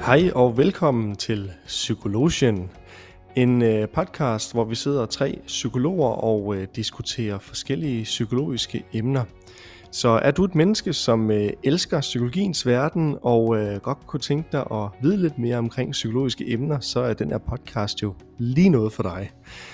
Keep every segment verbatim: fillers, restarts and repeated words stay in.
Hej og velkommen til Psykologien, en øh, podcast, hvor vi sidder tre psykologer og øh, diskuterer forskellige psykologiske emner. Så er du et menneske, som øh, elsker psykologiens verden og øh, godt kunne tænke dig at vide lidt mere omkring psykologiske emner, så er den her podcast jo lige noget for dig.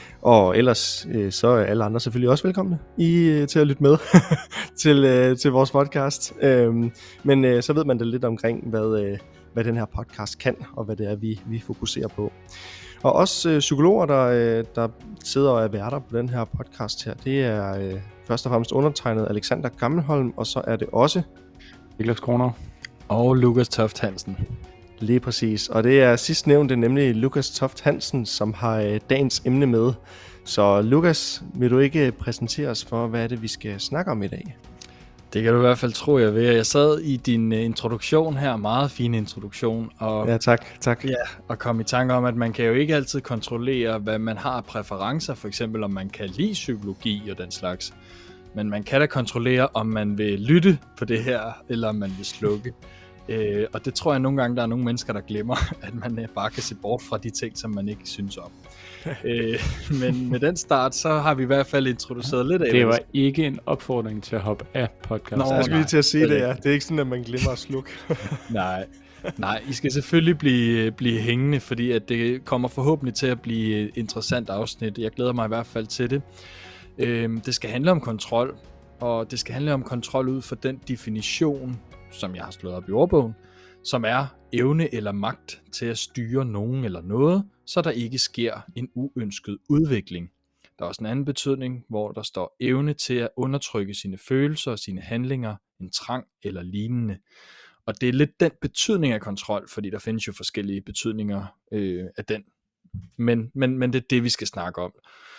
Og ellers øh, så er alle andre selvfølgelig også velkomne i, øh, til at lytte med til, øh, til vores podcast. Øhm, men øh, så ved man da lidt omkring, hvad, øh, hvad den her podcast kan, og hvad det er, vi, vi fokuserer på. Og også øh, psykologer, der, øh, der sidder og er værter på den her podcast her, det er øh, først og fremmest undertegnet Alexander Gammelholm, og så er det også Niklas Kroner og Lukas Toft Hansen. Lige præcis, og det er sidst nævnte, nemlig Lukas Toft Hansen, som har øh, dagens emne med. Så Lukas, vil du ikke præsentere os for, hvad er det, vi skal snakke om i dag? Det kan du i hvert fald tro, jeg ved. Jeg sad i din uh, introduktion her, meget fin introduktion, og, ja, tak, tak. Ja, og kom i tanke om, at man kan jo ikke altid kontrollere, hvad man har af præferencer, for eksempel om man kan lide psykologi og den slags. Men man kan da kontrollere, om man vil lytte på det her, eller om man vil slukke. Øh, og det tror jeg nogle gange, der er nogle mennesker, der glemmer, at man øh, bare kan se bort fra de ting, som man ikke synes om. øh, men med den start, så har vi i hvert fald introduceret lidt af det. Det var ikke en opfordring til at hoppe af podcast. Nå, jeg skulle lige til at sige det, ja. Det er ikke sådan, at man glemmer at slukke. nej, nej, I skal selvfølgelig blive, blive hængende, fordi at det kommer forhåbentlig til at blive et interessant afsnit. Jeg glæder mig i hvert fald til det. Øh, det skal handle om kontrol, og det skal handle om kontrol ud fra den definition, som jeg har slået op i ordbogen, som er evne eller magt til at styre nogen eller noget, så der ikke sker en uønsket udvikling. Der er også en anden betydning, hvor der står evne til at undertrykke sine følelser og sine handlinger, en trang eller lignende. Og det er lidt den betydning af kontrol, fordi der findes jo forskellige betydninger øh, af den. Men, men, men det er det, vi skal snakke om.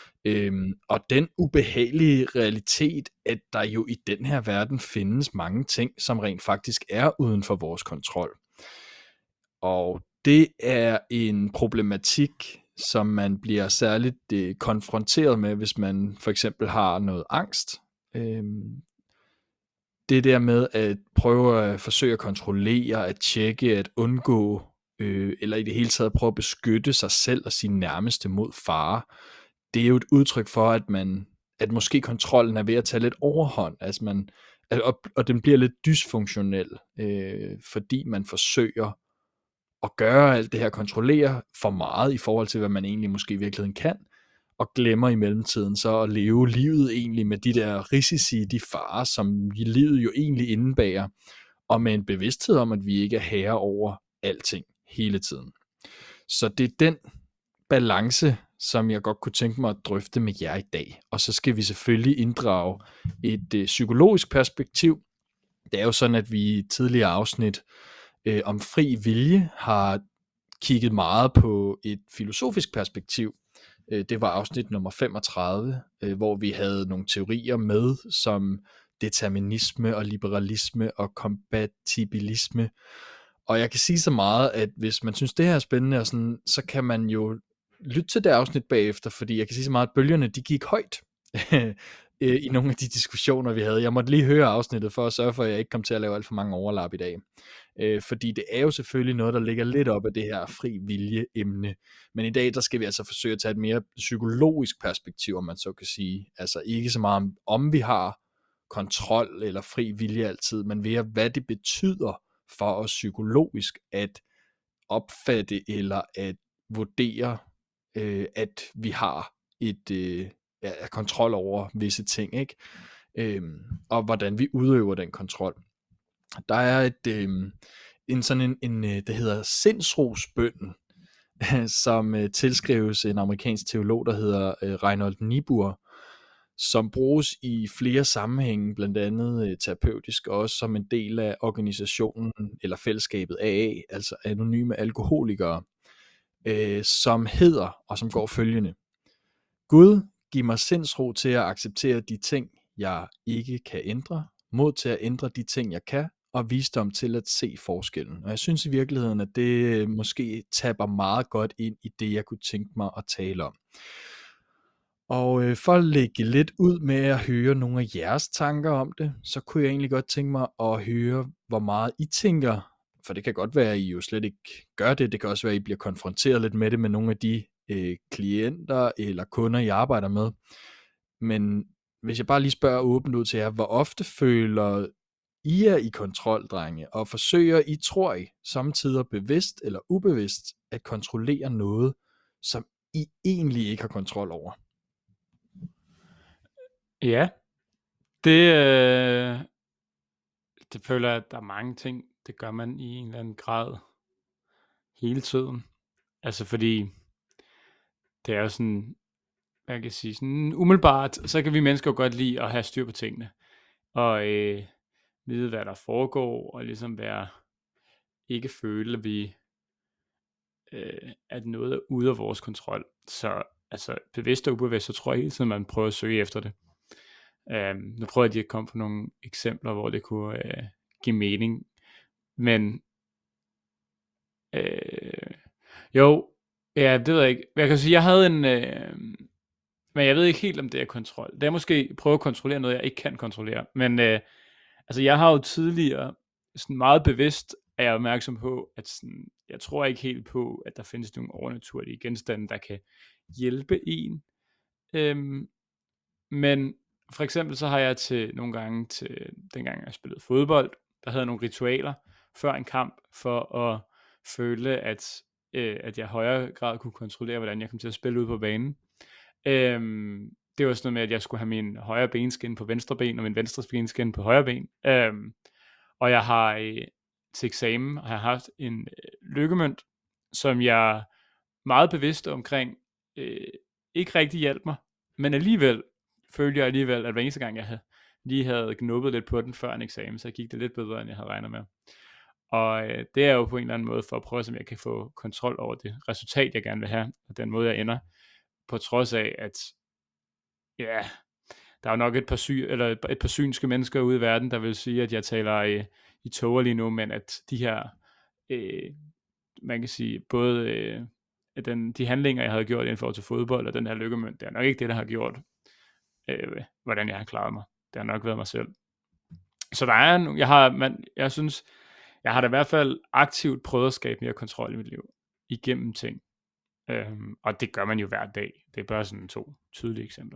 Øhm, og den ubehagelige realitet, at der jo i den her verden findes mange ting, som rent faktisk er uden for vores kontrol. Og det er en problematik, som man bliver særligt øh, konfronteret med, hvis man for eksempel har noget angst. Øhm, det der med at prøve at forsøge at kontrollere, at tjekke, at undgå, øh, eller i det hele taget prøve at beskytte sig selv og sine nærmeste mod fare. Det er jo et udtryk for, at man, at måske kontrollen er ved at tage lidt overhånd, altså man, og, og den bliver lidt dysfunktionel, øh, fordi man forsøger at gøre alt det her, kontrollere for meget i forhold til, hvad man egentlig måske i virkeligheden kan, og glemmer i mellemtiden så at leve livet egentlig med de der risici, de farer, som livet jo egentlig indebærer, og med en bevidsthed om, at vi ikke er herre over alting hele tiden. Så det er den balance, som jeg godt kunne tænke mig at drøfte med jer i dag. Og så skal vi selvfølgelig inddrage et øh, psykologisk perspektiv. Det er jo sådan, at vi i tidligere afsnit øh, om fri vilje har kigget meget på et filosofisk perspektiv. Øh, det var afsnit nummer femogtredive, øh, hvor vi havde nogle teorier med, som determinisme og liberalisme og kompatibilisme. Og jeg kan sige så meget, at hvis man synes, det her er spændende, og sådan, så kan man jo lyt til det afsnit bagefter, fordi jeg kan sige så meget, at bølgerne de gik højt i nogle af de diskussioner, vi havde. Jeg måtte lige høre afsnittet for at sørge for, at jeg ikke kom til at lave alt for mange overlap i dag. Fordi det er jo selvfølgelig noget, der ligger lidt op af det her fri vilje emne. Men i dag, der skal vi altså forsøge at tage et mere psykologisk perspektiv, om man så kan sige. Altså ikke så meget om, om vi har kontrol eller fri vilje altid, men ved hvad det betyder for os psykologisk at opfatte eller at vurdere, øh, at vi har et øh, ja, kontrol over visse ting, ikke? Øhm, og hvordan vi udøver den kontrol. Der er et øh, en sådan en, en der hedder sindsrosbønnen, som øh, tilskrives en amerikansk teolog, der hedder øh, Reinhold Niebuhr, som bruges i flere sammenhænge, blandt andet øh, terapeutisk, og også som en del af organisationen eller fællesskabet A A, altså anonyme alkoholikere, øh, som hedder, og som går følgende: Gud, giv mig sindsro til at acceptere de ting, jeg ikke kan ændre, mod til at ændre de ting, jeg kan, og visdom til at se forskellen. Og jeg synes i virkeligheden, at det måske tapper meget godt ind i det, jeg kunne tænke mig at tale om. Og øh, for at lægge lidt ud med at høre nogle af jeres tanker om det, så kunne jeg egentlig godt tænke mig at høre, hvor meget I tænker For det kan godt være, at I jo slet ikke gør det. Det kan også være, at I bliver konfronteret lidt med det med nogle af de øh, klienter eller kunder, I arbejder med. Men hvis jeg bare lige spørger åbent ud til jer, hvor ofte føler I er i kontrol, drenge, og forsøger I, tror I, samtidig bevidst eller ubevidst, at kontrollere noget, som I egentlig ikke har kontrol over? Ja, det, øh, det føler jeg, at der er mange ting, det gør man i en eller anden grad hele tiden. Altså fordi, det er jo sådan, jeg kan sige, sådan umiddelbart, så kan vi mennesker jo godt lide at have styr på tingene, og øh, vide, hvad der foregår, og ligesom være, ikke føle, at vi, øh, at noget er ude af vores kontrol. Så altså bevidst og ubevidst, så tror jeg hele tiden, man prøver at søge efter det. Um, nu prøver jeg lige at komme på nogle eksempler, hvor det kunne uh, give mening. Men uh, jo, ja, det ved jeg ikke. Jeg kan sige, jeg havde en, uh, men jeg ved ikke helt, om det er kontrol. Det er måske prøve at kontrollere noget, jeg ikke kan kontrollere. Men uh, altså, jeg har jo tidligere sådan meget bevidst er jeg opmærksom på, at sådan, jeg tror ikke helt på, at der findes nogle overnaturlige genstande, der kan hjælpe en. Um, men for eksempel så har jeg til nogle gange, til dengang jeg spillede fodbold, der havde jeg nogle ritualer før en kamp, for at føle, at, øh, at jeg i højere grad kunne kontrollere, hvordan jeg kom til at spille ud på banen. Øhm, det var sådan noget med, at jeg skulle have min højre benskin på venstre ben, og min venstre benskin på højre ben. Øhm, og jeg har øh, til eksamen har jeg haft en øh, lykkemønt, som jeg meget bevidst omkring øh, ikke rigtig hjalp mig, men alligevel følte jeg alligevel, at hver eneste gang jeg havde, lige havde knuppet lidt på den før en eksamen, så gik det lidt bedre, end jeg havde regnet med. Og øh, det er jo på en eller anden måde for at prøve, om jeg kan få kontrol over det resultat, jeg gerne vil have, og den måde, jeg ender, på trods af, at ja, der er jo nok et par, sy- eller et, et par synske mennesker ude i verden, der vil sige, at jeg taler i, i toger lige nu, men at de her, øh, man kan sige, både øh, den, de handlinger, jeg havde gjort inden for til fodbold, og den her lykkemønt, det er nok ikke det, der har gjort, øh, hvordan jeg har klaret mig. Det har nok været mig selv. Så der er en, jeg har, man, jeg synes, jeg har da i hvert fald aktivt prøvet at skabe mere kontrol i mit liv, igennem ting. Øhm, og det gør man jo hver dag. Det er bare sådan to tydelige eksempler.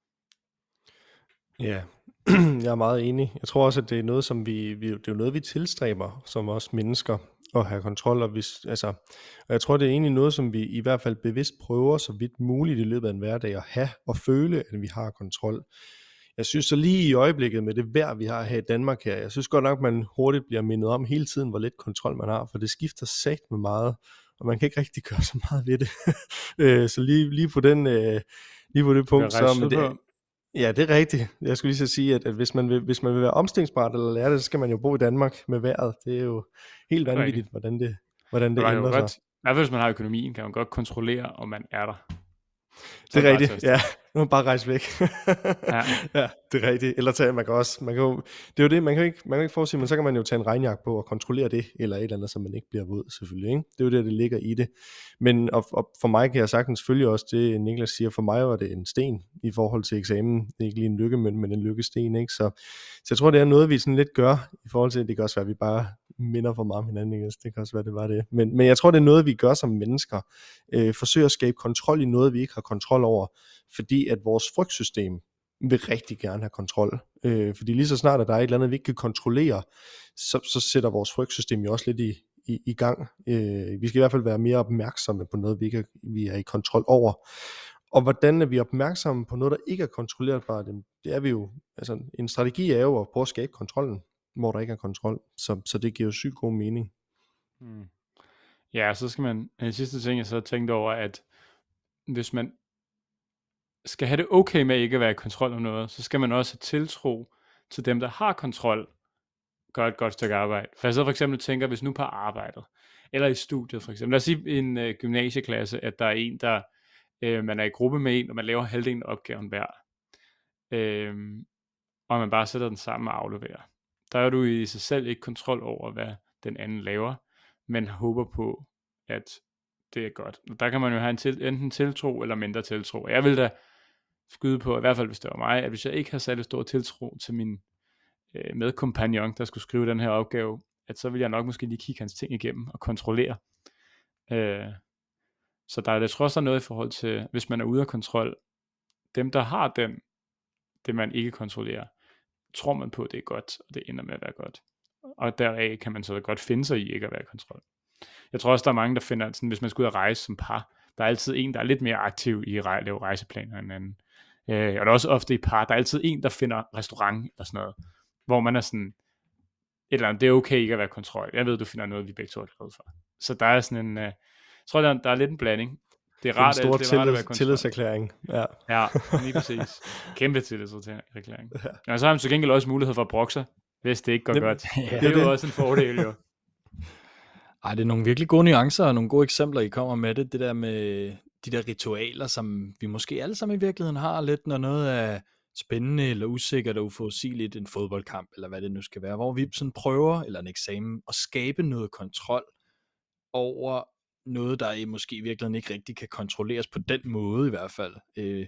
Ja, jeg er meget enig. Jeg tror også, at det er noget, som vi, vi det er jo noget, vi tilstræber som os mennesker at have kontrol. Og, hvis, altså, og jeg tror, det er egentlig noget, som vi i hvert fald bevidst prøver så vidt muligt i løbet af en hverdag at have og føle, at vi har kontrol. Jeg synes så lige i øjeblikket med det vejr, vi har her i Danmark her, jeg synes godt nok, man hurtigt bliver mindet om hele tiden, hvor lidt kontrol man har, for det skifter sat med meget, og man kan ikke rigtig gøre så meget ved det. Så lige, lige på den, lige på det punkt, så med det, ja, det er rigtigt. Jeg skulle lige så sige, at, at hvis, man vil, hvis man vil være omstillingsparat eller lære det, så skal man jo bo i Danmark med vejret. Det er jo helt vanvittigt, hvordan det, hvordan det ændrer sig. I hvert fald hvis man har økonomien, kan man godt kontrollere, om man er der. Så det er rigtigt, ja. Nu må man bare rejse væk. Ja. Ja, det er rigtigt. Eller tage, man kan også, man kan jo, det er jo det, man kan ikke, man kan ikke forestille, men så kan man jo tage en regnjakke på og kontrollere det, eller et eller andet, så man ikke bliver våd, selvfølgelig. Ikke? Det er jo det, det ligger i det. Men og, og for mig kan jeg sagtens følge også det, Niklas siger, for mig var det en sten i forhold til eksamen. Det er ikke lige en lykkemønt, men en lykkesten, ikke? Så, så jeg tror, det er noget, vi sådan lidt gør, i forhold til, det kan også være, at vi bare minder for meget om hinanden, ikke? Det kan også være, det var det. Men, men jeg tror, det er noget, vi gør som mennesker. Øh, forsøger at skabe kontrol i noget, vi ikke har kontrol over, fordi at vores frygtsystem vil rigtig gerne have kontrol. Øh, fordi lige så snart, at der er et eller andet, vi ikke kan kontrollere, så, så sætter vores frygtsystem jo også lidt i, i, i gang. Øh, vi skal i hvert fald være mere opmærksomme på noget, vi ikke er, vi er i kontrol over. Og hvordan er vi opmærksomme på noget, der ikke er kontrollerbart? Det er vi jo, altså en strategi er jo at prøve at skabe kontrollen, hvor der ikke er kontrol. Så, så det giver jo sygt god mening. Hmm. Ja, så skal man, den sidste ting, jeg så har tænkt over, at hvis man skal have det okay med ikke at være i kontrol om noget, så skal man også have tiltro til dem, der har kontrol, gør et godt stykke arbejde. For jeg så for eksempel tænker, hvis nu på arbejdet, eller i studiet for eksempel, lad os sige i en øh, gymnasieklasse, at der er en, der øh, man er i gruppe med en, og man laver halvdelen af opgaven hver, øh, og man bare sætter den sammen og afleverer. Der er du i sig selv ikke kontrol over, hvad den anden laver, men håber på, at det er godt. Og der kan man jo have en til, enten tiltro eller mindre tiltro. Jeg vil da skyde på, i hvert fald hvis det var mig, at hvis jeg ikke har særlig stor tiltro til min øh, medkompagnon, der skulle skrive den her opgave, at så vil jeg nok måske lige kigge hans ting igennem og kontrollere. Øh, så der er det trods noget i forhold til, hvis man er ude af kontrol, dem der har den, det man ikke kontrollerer, tror man på, det er godt, og det ender med at være godt. Og deraf kan man så godt finde sig i ikke at være i kontrol. Jeg tror også, der er mange, der finder, sådan, hvis man skal ud og rejse som par, der er altid en, der er lidt mere aktiv i at lave rejseplaner end anden. Øh, og der er også ofte i par, der er altid en, der finder restaurant eller sådan noget, hvor man er sådan, et eller andet, det er okay ikke at være i kontrol. Jeg ved, du finder noget, vi begge to er glade for. Så der er sådan en, øh, jeg tror, der er, der er lidt en blanding. Det er rart, en stor at, det er rart at være i kontrol. tillidserklæring. Ja, ja lige præcis. Kæmpe tillidserklæring. Ja. Og så har man til gengæld også mulighed for at brokke sig, hvis det ikke går det, godt. Ja, det er jo det. Også en fordel, jo. Ej, det er nogle virkelig gode nuancer og nogle gode eksempler, I kommer med det. Det der med de der ritualer, som vi måske alle sammen i virkeligheden har lidt, når noget er spændende eller usikkert og uforudsigeligt, en fodboldkamp eller hvad det nu skal være, hvor vi sådan prøver, eller en eksamen, at skabe noget kontrol over noget, der i måske i virkeligheden ikke rigtig kan kontrolleres på den måde i hvert fald. Øh,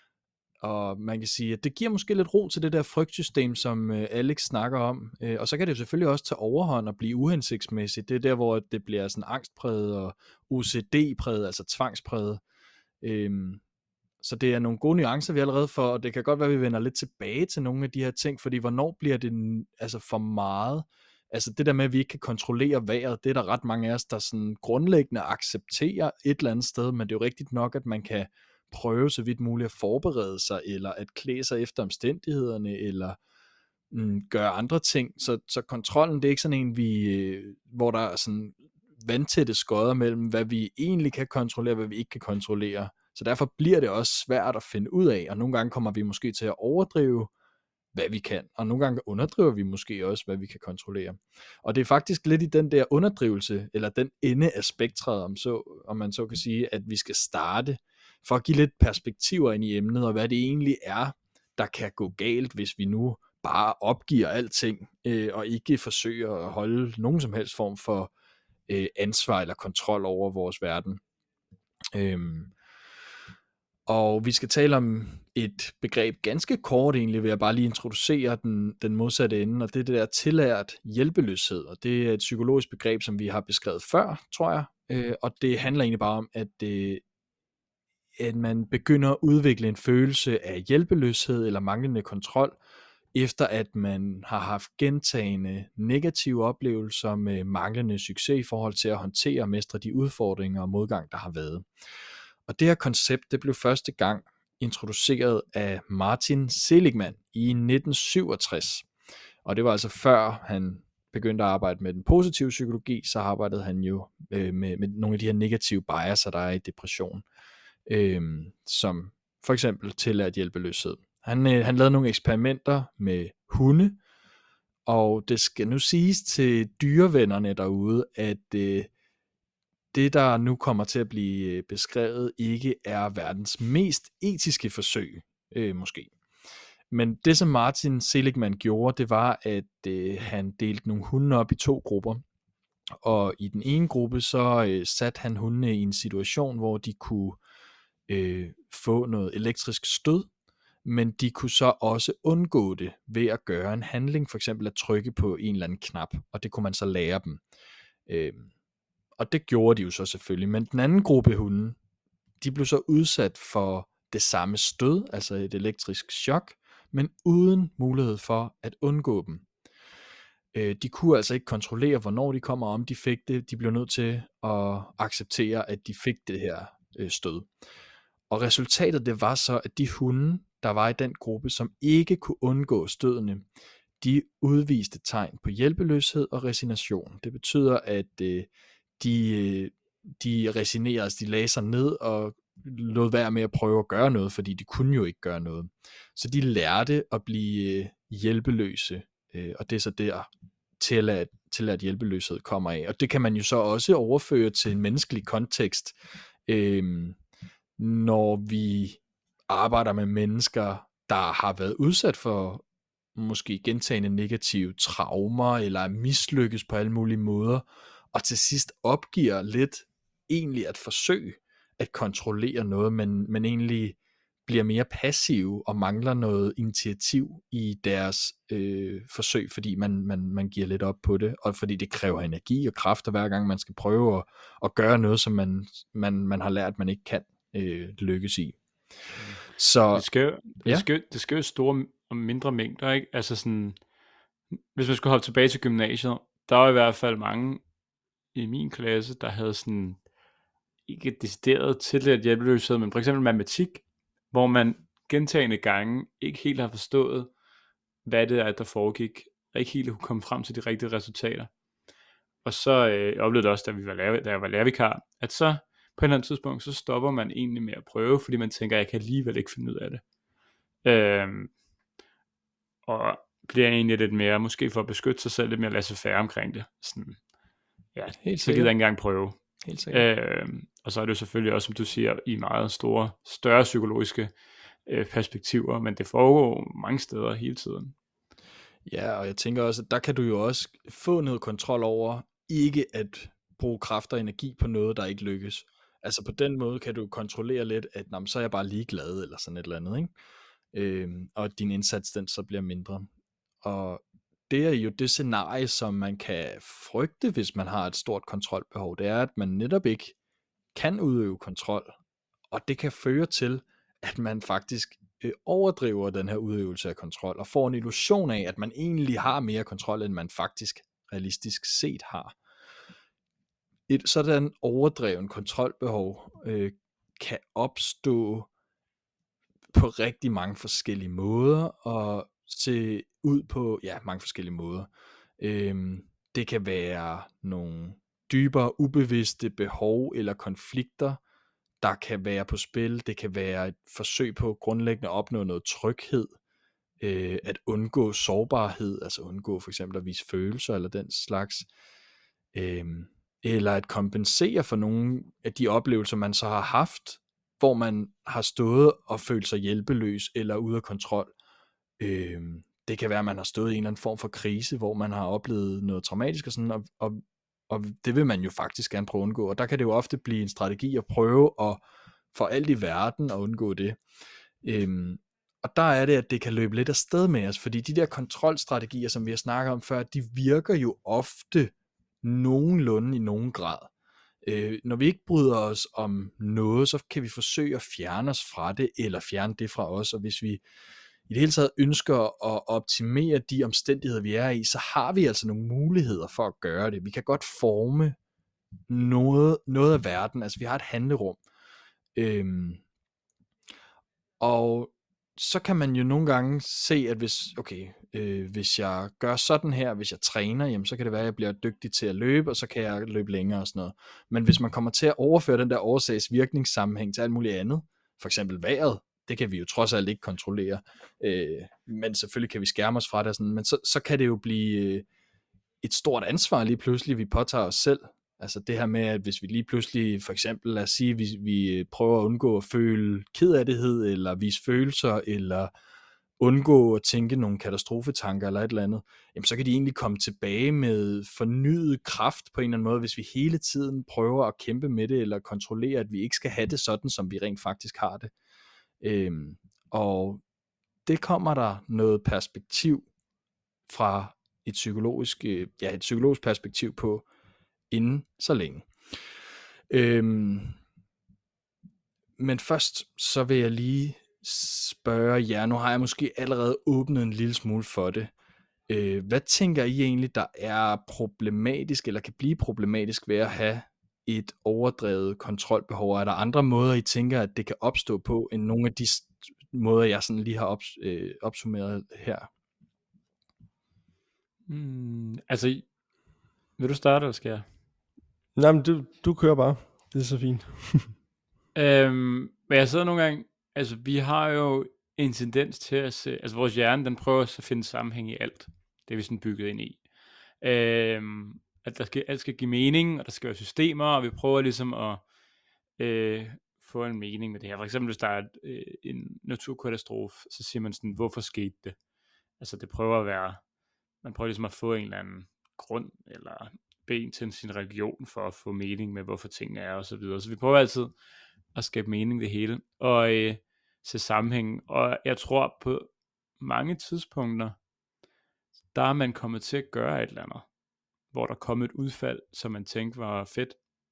og man kan sige, at det giver måske lidt ro til det der frygtsystem, som øh, Alex snakker om. Øh, og så kan det jo selvfølgelig også tage overhånd og blive uhensigtsmæssigt. Det er der, hvor det bliver sådan angstpræget og O C D-præget, altså tvangspræget. Øh, så det er nogle gode nuancer, vi allerede får, og det kan godt være, at vi vender lidt tilbage til nogle af de her ting, fordi hvornår bliver det altså for meget? Altså det der med, at vi ikke kan kontrollere vejret, det er der ret mange af os, der sådan grundlæggende accepterer et eller andet sted, men det er jo rigtigt nok, at man kan prøve så vidt muligt at forberede sig, eller at klæde sig efter omstændighederne, eller mm, gøre andre ting. Så, så kontrollen, det er ikke sådan en, vi, hvor der er sådan vandtætte skodder mellem, hvad vi egentlig kan kontrollere, og hvad vi ikke kan kontrollere. Så derfor bliver det også svært at finde ud af, og nogle gange kommer vi måske til at overdrive, hvad vi kan, og nogle gange underdriver vi måske også, hvad vi kan kontrollere. Og det er faktisk lidt i den der underdrivelse, eller den ende af spektret, om, så, om man så kan sige, at vi skal starte, for at give lidt perspektiver ind i emnet, og hvad det egentlig er, der kan gå galt, hvis vi nu bare opgiver alting, øh, og ikke forsøger at holde nogen som helst form for øh, ansvar eller kontrol over vores verden. Øhm, Og vi skal tale om et begreb ganske kort egentlig, vil jeg bare lige introducere den, den modsatte ende, og det er det der tillært hjælpeløshed, og det er et psykologisk begreb, som vi har beskrevet før, tror jeg, øh, og det handler egentlig bare om, at, øh, at man begynder at udvikle en følelse af hjælpeløshed eller manglende kontrol, efter at man har haft gentagende negative oplevelser med manglende succes i forhold til at håndtere og mestre de udfordringer og modgang, der har været. Og det her koncept, det blev første gang introduceret af Martin Seligman i nitten syvogtres. Og det var altså før han begyndte at arbejde med den positive psykologi, så arbejdede han jo øh, med, med nogle af de her negative biaser, der er i depression, øh, som for eksempel tillært hjælpeløshed. Han, øh, han lavede nogle eksperimenter med hunde, og det skal nu siges til dyrevennerne derude, at øh, det, der nu kommer til at blive beskrevet, ikke er verdens mest etiske forsøg, øh, måske. Men det, som Martin Seligman gjorde, det var, at øh, han delte nogle hunde op i to grupper. Og i den ene gruppe, så øh, satte han hundene i en situation, hvor de kunne øh, få noget elektrisk stød, men de kunne så også undgå det ved at gøre en handling, for eksempel at trykke på en eller anden knap, og det kunne man så lære dem. Øh, Og det gjorde de jo så selvfølgelig, men den anden gruppe hunde, de blev så udsat for det samme stød, altså et elektrisk chok, men uden mulighed for at undgå dem. De kunne altså ikke kontrollere, hvornår de kom og om de fik det. De blev nødt til at acceptere, at de fik det her stød. Og resultatet det var så, at de hunde, der var i den gruppe, som ikke kunne undgå stødene, de udviste tegn på hjælpeløshed og resignation. Det betyder, at de, de resignerede, altså de lagde sig ned og lod være med at prøve at gøre noget, fordi de kunne jo ikke gøre noget. Så de lærte at blive hjælpeløse, og det er så der til at, til at hjælpeløshed kommer af. Og det kan man jo så også overføre til en menneskelig kontekst, øhm, når vi arbejder med mennesker, der har været udsat for måske gentagne negative traumer, eller mislykkes på alle mulige måder, og til sidst opgiver lidt egentlig at forsøge at kontrollere noget, men, men egentlig bliver mere passive og mangler noget initiativ i deres øh, forsøg, fordi man, man, man giver lidt op på det, og fordi det kræver energi og kræfter hver gang man skal prøve at, at gøre noget, som man, man, man har lært, man ikke kan øh, lykkes i. Så Det skal jo, det ja. skal, det skal jo store og mindre mængder, ikke? Altså sådan, hvis man skulle holde tilbage til gymnasiet, der var i hvert fald mange i min klasse, der havde sådan ikke decideret tillært hjælpeløshed, men for eksempel matematik, hvor man gentagne gange ikke helt har forstået, hvad det er, der foregik, og ikke helt kunne komme frem til de rigtige resultater. Og så øh, jeg oplevede det også, da, vi var lærer, da jeg var lærervikar, at så på et eller andet tidspunkt, så stopper man egentlig med at prøve, fordi man tænker, at jeg kan alligevel ikke finde ud af det. Øhm, og bliver egentlig lidt mere, måske for at beskytte sig selv, lidt mere laissez-faire omkring det. Sådan, ja, Helt så gider jeg ikke engang prøve. Helt sikkert. Øhm, og så er det jo selvfølgelig også, som du siger, i meget store, større psykologiske øh, perspektiver, men det foregår mange steder hele tiden. Ja, og jeg tænker også, at der kan du jo også få noget kontrol over, ikke at bruge kræfter og energi på noget, der ikke lykkes. Altså på den måde kan du kontrollere lidt, at nå, så er jeg bare ligeglad, eller sådan et eller andet, ikke? Øhm, og at din indsats den så bliver mindre. Og det er jo det scenarie, som man kan frygte, hvis man har et stort kontrolbehov. Det er, at man netop ikke kan udøve kontrol, og det kan føre til, at man faktisk øh, overdriver den her udøvelse af kontrol, og får en illusion af, at man egentlig har mere kontrol, end man faktisk realistisk set har. Et sådan overdreven kontrolbehov øh, kan opstå på rigtig mange forskellige måder, og se ud på ja, mange forskellige måder. Øhm, det kan være nogle dybere ubevidste behov eller konflikter, der kan være på spil. Det kan være et forsøg på grundlæggende at opnå noget tryghed, øh, at undgå sårbarhed, altså undgå for eksempel at vise følelser eller den slags, øh, eller at kompensere for nogle af de oplevelser, man så har haft, hvor man har stået og følt sig hjælpeløs eller ude af kontrol. Øh, det kan være, at man har stået i en eller anden form for krise, hvor man har oplevet noget traumatisk og sådan, og, og, og det vil man jo faktisk gerne prøve at undgå, og der kan det jo ofte blive en strategi at prøve at for alt i verden at undgå det. Øhm, og der er det, at det kan løbe lidt af sted med os, fordi de der kontrolstrategier, som vi har snakket om før, de virker jo ofte nogenlunde i nogen grad. Øh, når vi ikke bryder os om noget, så kan vi forsøge at fjerne os fra det, eller fjerne det fra os, og hvis vi i det hele taget ønsker at optimere de omstændigheder, vi er i, så har vi altså nogle muligheder for at gøre det. Vi kan godt forme noget, noget af verden, altså vi har et handlerum. Øhm, og så kan man jo nogle gange se, at hvis, okay, øh, hvis jeg gør sådan her, hvis jeg træner, jamen, så kan det være, at jeg bliver dygtig til at løbe, og så kan jeg løbe længere og sådan noget. Men hvis man kommer til at overføre den der årsags-virkningssammenhæng til alt muligt andet, for eksempel vejret, det kan vi jo trods alt ikke kontrollere, øh, men selvfølgelig kan vi skærme os fra det, sådan, men så, så kan det jo blive øh, et stort ansvar lige pludselig, vi påtager os selv. Altså det her med, at hvis vi lige pludselig, for eksempel, lad os sige, vi, vi prøver at undgå at føle kedelighed, eller vise følelser, eller undgå at tænke nogle katastrofetanker, eller et eller andet, jamen så kan de egentlig komme tilbage med fornyet kraft på en eller anden måde, hvis vi hele tiden prøver at kæmpe med det, eller kontrollere, at vi ikke skal have det sådan, som vi rent faktisk har det. Øhm, og det kommer der noget perspektiv fra et psykologisk, ja, et psykologisk perspektiv på, inden så længe. Øhm, men først så vil jeg lige spørge jer, nu har jeg måske allerede åbnet en lille smule for det. Øh, hvad tænker I egentlig, der er problematisk, eller kan blive problematisk ved at have et overdrevet kontrolbehov? Er der andre måder, I tænker, at det kan opstå på, end nogle af de måder, jeg sådan lige har ops- øh, opsummeret her? Hmm, altså, vil du starte, eller skal jeg? Nej, men du, du kører bare. Det er så fint. Øhm, men jeg sidder nogle gange, altså vi har jo en tendens til at se, altså vores hjerne, den prøver at finde sammenhæng i alt. Det er vi sådan bygget ind i. Øhm, at der skal, alt skal give mening, og der skal være systemer, og vi prøver ligesom at øh, få en mening med det her. For eksempel hvis der er et, øh, en naturkatastrofe, så siger man sådan, hvorfor skete det? Altså det prøver at være, man prøver ligesom at få en eller anden grund, eller ben til sin religion, for at få mening med, hvorfor tingene er, og så videre. Så vi prøver altid at skabe mening det hele. Og øh, se sammenhængen, og jeg tror på mange tidspunkter, der er man kommet til at gøre et eller andet, hvor der kom et udfald, som man tænkte var fedt.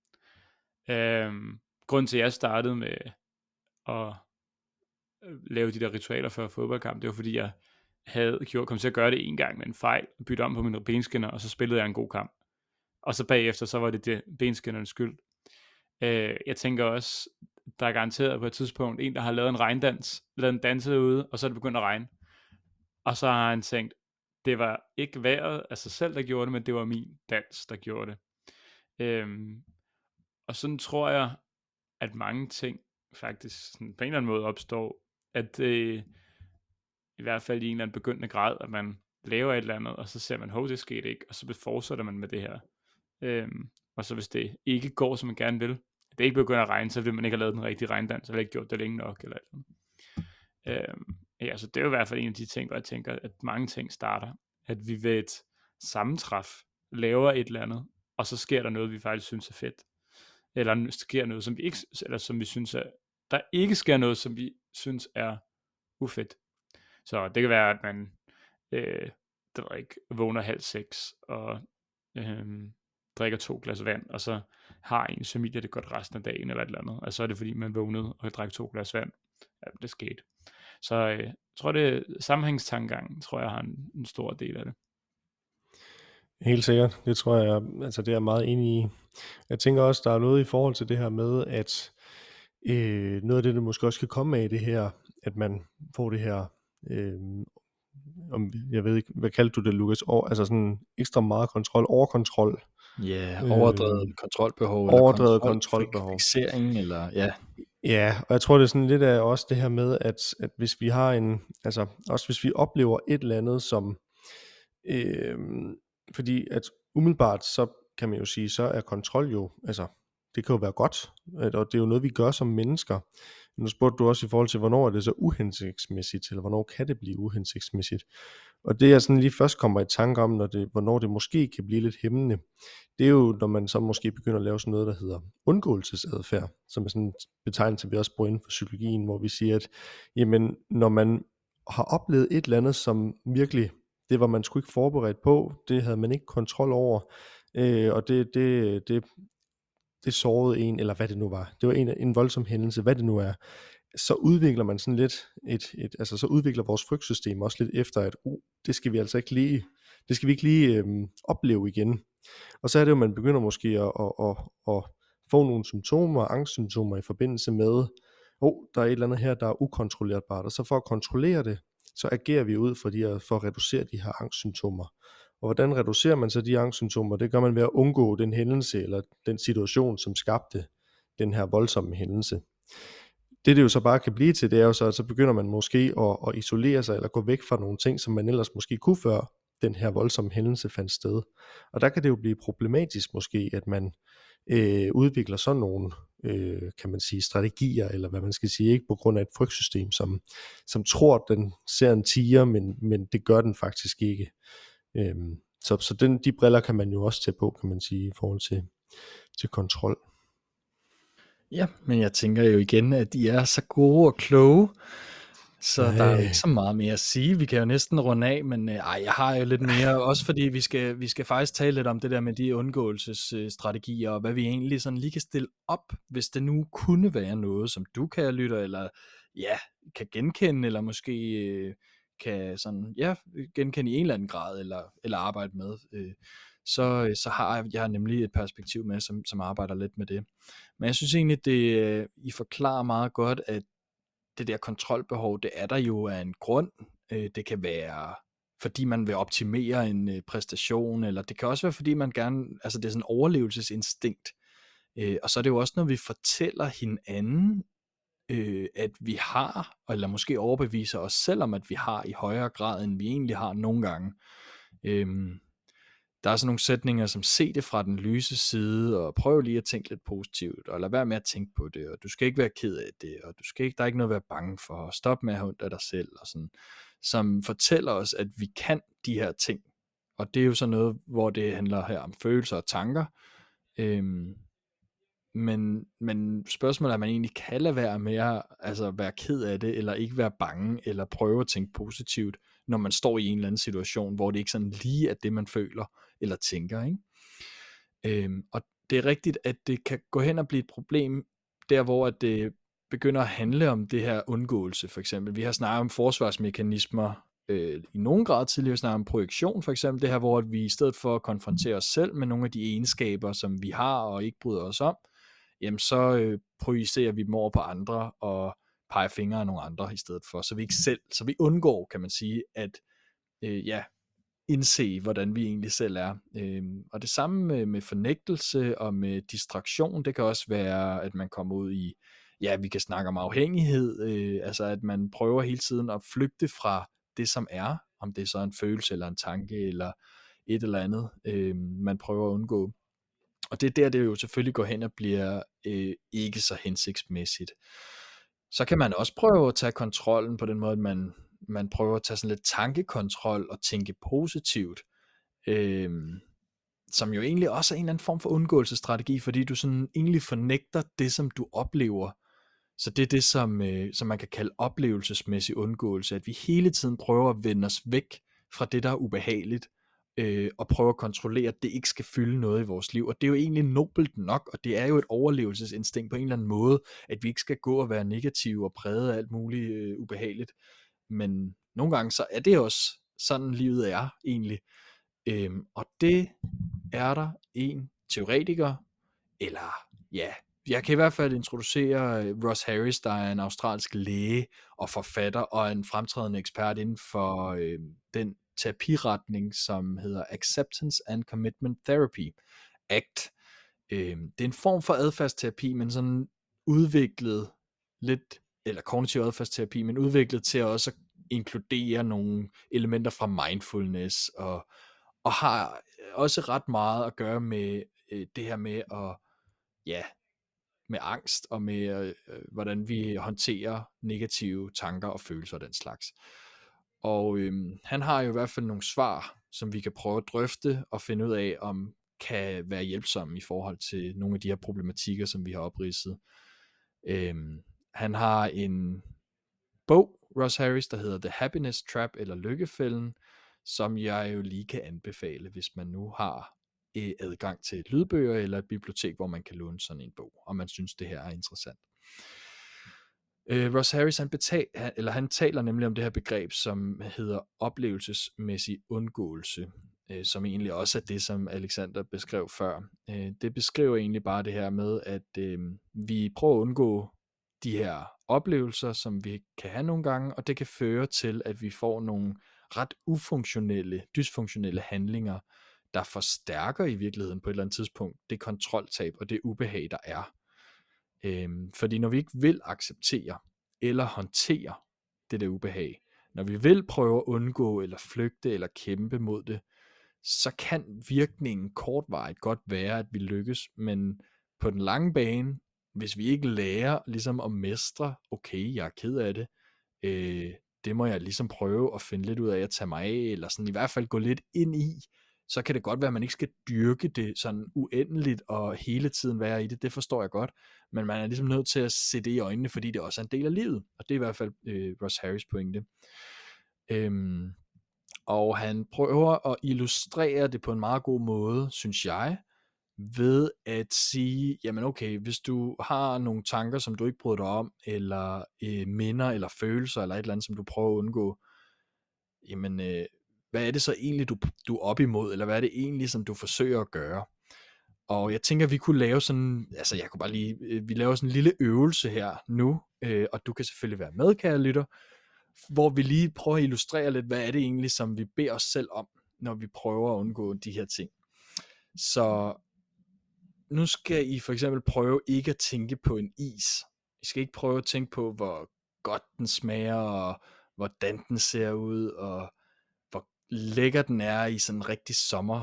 Øhm, grunden til, at jeg startede med at lave de der ritualer før fodboldkamp, det var fordi, jeg havde gjort, kom til at gøre det en gang med en fejl, bytte om på mine benskinner, og så spillede jeg en god kamp. Og så bagefter, så var det, det benskinnernes skyld. Øh, jeg tænker også, der er garanteret på et tidspunkt en, der har lavet en regndans, lavet en danse ude, og så er det begyndt at regne. Og så har han tænkt, det var ikke vejret af sig selv, der gjorde det, men det var min dans, der gjorde det. Øhm, og sådan tror jeg, at mange ting faktisk sådan på en eller anden måde opstår, at det i hvert fald i en eller anden begyndende grad, at man laver et eller andet, og så ser man, hov, det skete ikke, og så fortsætter man med det her. Øhm, og så hvis det ikke går, som man gerne vil, at det ikke begynder at regne, så vil man ikke have lavet den rigtige regndans, eller ikke gjort det længe nok, eller eller øhm, ja, så det er jo i hvert fald en af de ting, hvor jeg tænker, at mange ting starter, at vi ved et sammentræf laver et eller andet, og så sker der noget, vi faktisk synes er fedt, eller sker noget, som vi ikke, eller som vi synes er, der ikke sker noget, som vi synes er ufedt. Så det kan være, at man øh, det ved ikke, vågner halv seks, og øh, drikker to glas vand, og så har ens familie det godt resten af dagen, eller et eller andet, og så er det fordi, man vågnede og drak to glas vand. Ja, det skete. Så øh, jeg tror, det sammenhængstankegangen, tror jeg, har en, en stor del af det. Helt sikkert. Det tror jeg, altså det er jeg meget enig i. Jeg tænker også, der er noget i forhold til det her med, at øh, noget af det, der måske også kan komme af det her, at man får det her, øh, om, jeg ved ikke, hvad kaldte du det, Lukas? Over, altså sådan ekstra meget kontrol, overkontrol. Ja, overdrevet øh, kontrolbehov, overdrevet eller kontrol, kontrolbehov. Fiksering, eller ja. Ja, og jeg tror, det er sådan lidt af også det her med, at, at hvis vi har en, altså også hvis vi oplever et eller andet, som, øh, fordi at umiddelbart, så kan man jo sige, så er kontrol jo, altså det kan jo være godt, og det er jo noget, vi gør som mennesker. Nu spurgte du også i forhold til, hvornår er det så uhensigtsmæssigt, eller hvornår kan det blive uhensigtsmæssigt. Og det jeg sådan lige først kommer i tanke om, når det, hvornår det måske kan blive lidt hæmmende, det er jo, når man så måske begynder at lave sådan noget, der hedder undgåelsesadfærd, som er sådan en betegnelse, vi også bruger inden for psykologien, hvor vi siger, at jamen, når man har oplevet et eller andet, som virkelig, det var man sgu ikke forberedt på, det havde man ikke kontrol over, øh, og det, det, det, det sårede en, eller hvad det nu var, det var en, en voldsom hændelse, hvad det nu er, så udvikler man sådan lidt, et, et, altså så udvikler vores frygtsystem også lidt efter, at uh, det skal vi altså ikke lige, det skal vi ikke lige øhm, opleve igen. Og så er det jo, man begynder måske at, at, at, at få nogle symptomer, angstsymptomer i forbindelse med, oh, der er et eller andet her, der er ukontrollerbart, og så for at kontrollere det, så agerer vi ud for, de, for at reducere de her angstsymptomer. Og hvordan reducerer man så de angstsymptomer? Det gør man ved at undgå den hændelse, eller den situation, som skabte den her voldsomme hændelse. Det det jo så bare kan blive til, det er jo så, at så begynder man måske at, at isolere sig, eller gå væk fra nogle ting, som man ellers måske kunne, før den her voldsomme hændelse fandt sted. Og der kan det jo blive problematisk måske, at man øh, udvikler sådan nogle, øh, kan man sige, strategier, eller hvad man skal sige, ikke på grund af et frygtsystem, som, som tror, at den ser en tiger, men, men det gør den faktisk ikke. Øh, så så den, de briller kan man jo også tage på, kan man sige, i forhold til, til kontrol. Ja, men jeg tænker jo igen, at de er så gode og kloge, så Ej. der er jo ikke så meget mere at sige. Vi kan jo næsten runde af, men øh, ej, jeg har jo lidt mere, også fordi vi skal, vi skal faktisk tale lidt om det der med de undgåelsesstrategier, og hvad vi egentlig sådan lige kan stille op, hvis det nu kunne være noget, som du kan lytte, eller ja, kan genkende, eller måske øh, kan sådan, ja, genkende i en eller anden grad, eller, eller arbejde med. Øh. Så, så har jeg nemlig et perspektiv med, som, som arbejder lidt med det. Men jeg synes egentlig, det I forklarer meget godt, at det der kontrolbehov, det er der jo af en grund. Det kan være, fordi man vil optimere en præstation, eller det kan også være, fordi man gerne, altså det er sådan en overlevelsesinstinkt. Og så er det jo også, når vi fortæller hinanden, at vi har, eller måske overbeviser os selv om, at vi har i højere grad, end vi egentlig har nogle gange. Der er sådan nogle sætninger som, se det fra den lyse side, og prøv lige at tænke lidt positivt, og lad være med at tænke på det, og du skal ikke være ked af det, og du skal ikke, der er ikke noget at være bange for, og stop med at have ondt af dig selv, og sådan, som fortæller os, at vi kan de her ting. Og det er jo sådan noget, hvor det handler her om følelser og tanker. Øhm, men, men spørgsmålet er, om man egentlig kan lade være med at altså være ked af det, eller ikke være bange, eller prøve at tænke positivt, når man står i en eller anden situation, hvor det ikke sådan lige er det, man føler eller tænker, ikke? Øhm, og det er rigtigt, at det kan gå hen og blive et problem, der hvor at det begynder at handle om det her undgåelse, for eksempel. Vi har snakket om forsvarsmekanismer øh, i nogen grad tidligere, vi snakker om projektion, for eksempel det her, hvor at vi i stedet for at konfrontere os selv med nogle af de egenskaber, som vi har og ikke bryder os om, jamen så øh, projicerer vi dem over på andre og peger fingre af nogle andre i stedet for, så vi ikke selv, så vi undgår, kan man sige, at øh, ja, indse, hvordan vi egentlig selv er. Øhm, og det samme med, med fornægtelse og med distraktion, det kan også være, at man kommer ud i, ja, vi kan snakke om afhængighed, øh, altså at man prøver hele tiden at flygte fra det, som er, om det er så en følelse eller en tanke eller et eller andet, øh, man prøver at undgå. Og det er der, det jo selvfølgelig går hen og bliver øh, ikke så hensigtsmæssigt. Så kan man også prøve at tage kontrollen på den måde, at man, man prøver at tage sådan lidt tankekontrol og tænke positivt, øh, som jo egentlig også er en eller anden form for undgåelsesstrategi, fordi du sådan egentlig fornægter det, som du oplever. Så det er det, som, øh, som man kan kalde oplevelsesmæssig undgåelse, at vi hele tiden prøver at vende os væk fra det, der er ubehageligt, øh, og prøve at kontrollere, at det ikke skal fylde noget i vores liv. Og det er jo egentlig nobelt nok, og det er jo et overlevelsesinstinkt på en eller anden måde, at vi ikke skal gå og være negative og præget af alt muligt øh, ubehageligt. Men nogle gange så er det også sådan, livet er egentlig. Øhm, og det er der en teoretiker, eller ja, jeg kan i hvert fald introducere Russ Harris, der er en australsk læge og forfatter og en fremtrædende ekspert inden for øh, den terapiretning, som hedder Acceptance and Commitment Therapy, A C T. Øh, det er en form for adfærdsterapi, men sådan udviklet lidt, eller kognitiv adfærdsterapi, men udviklet til at også inkludere nogle elementer fra mindfulness, og, og har også ret meget at gøre med øh, det her med at, ja, med angst, og med øh, hvordan vi håndterer negative tanker og følelser og den slags. Og øhm, han har jo i hvert fald nogle svar, som vi kan prøve at drøfte og finde ud af, om kan være hjælpsomme i forhold til nogle af de her problematikker, som vi har opridset. Øhm, han har en bog, Russ Harris, der hedder The Happiness Trap, eller Lykkefælden, som jeg jo lige kan anbefale, hvis man nu har eh, adgang til lydbøger eller et bibliotek, hvor man kan låne sådan en bog, og man synes, det her er interessant. Uh, Russ Harris, han, betal, han, eller han taler nemlig om det her begreb, som hedder oplevelsesmæssig undgåelse, uh, som egentlig også er det, som Alexander beskrev før. Uh, det beskriver egentlig bare det her med, at uh, vi prøver at undgå de her oplevelser, som vi kan have nogle gange, og det kan føre til, at vi får nogle ret ufunktionelle, dysfunktionelle handlinger, der forstærker i virkeligheden på et eller andet tidspunkt det kontroltab og det ubehag, der er. Øhm, fordi når vi ikke vil acceptere eller håndtere det der ubehag, når vi vil prøve at undgå eller flygte eller kæmpe mod det, så kan virkningen kortvarigt godt være, at vi lykkes, men på den lange bane, hvis vi ikke lærer ligesom at mestre, okay, jeg er ked af det, øh, det må jeg ligesom prøve at finde lidt ud af at tage mig af, eller sådan i hvert fald gå lidt ind i, så kan det godt være, at man ikke skal dyrke det sådan uendeligt og hele tiden være i det, det forstår jeg godt, men man er ligesom nødt til at se det i øjnene, fordi det også er en del af livet, og det er i hvert fald øh, Russ Harris pointe. Øhm, og han prøver at illustrere det på en meget god måde, synes jeg, ved at sige, jamen okay, hvis du har nogle tanker, som du ikke bryder dig om, eller øh, minder, eller følelser, eller et eller andet, som du prøver at undgå, jamen øh, hvad er det så egentlig, du, du er op imod, eller hvad er det egentlig, som du forsøger at gøre? Og jeg tænker, vi kunne lave sådan, altså jeg kunne bare lige, vi laver sådan en lille øvelse her nu, øh, og du kan selvfølgelig være med, kære lytter, hvor vi lige prøver at illustrere lidt, hvad er det egentlig, som vi beder os selv om, når vi prøver at undgå de her ting. Så nu skal I for eksempel prøve ikke at tænke på en is. I skal ikke prøve at tænke på, hvor godt den smager, og hvordan den ser ud, og hvor lækker den er i sådan en rigtig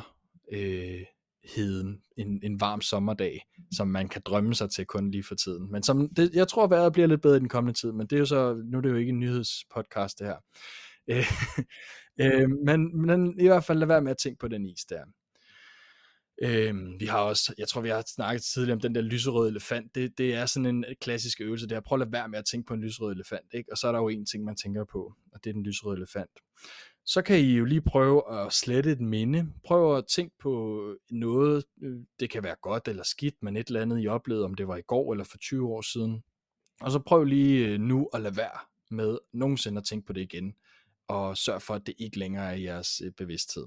sommerheden, øh, en, en varm sommerdag, som man kan drømme sig til kun lige for tiden. Men som det, jeg tror, vejret bliver lidt bedre i den kommende tid, men det er jo så, nu er det jo ikke en nyhedspodcast det her. øh, men, men i hvert fald lad være med at tænke på den is der. Øhm, vi har også, jeg tror vi har snakket tidligere om den der lyserøde elefant, det, det er sådan en klassisk øvelse, det er at prøve at lade være med at tænke på en lyserød elefant, ikke? Og så er der jo en ting, man tænker på, og det er den lyserøde elefant. Så kan I jo lige prøve at slette et minde, prøv at tænke på noget, det kan være godt eller skidt, men et eller andet I oplevede, om det var i går eller for tyve år siden, og så prøv lige nu at lade være med nogensinde at tænke på det igen, og sørg for, at det ikke længere er i jeres bevidsthed.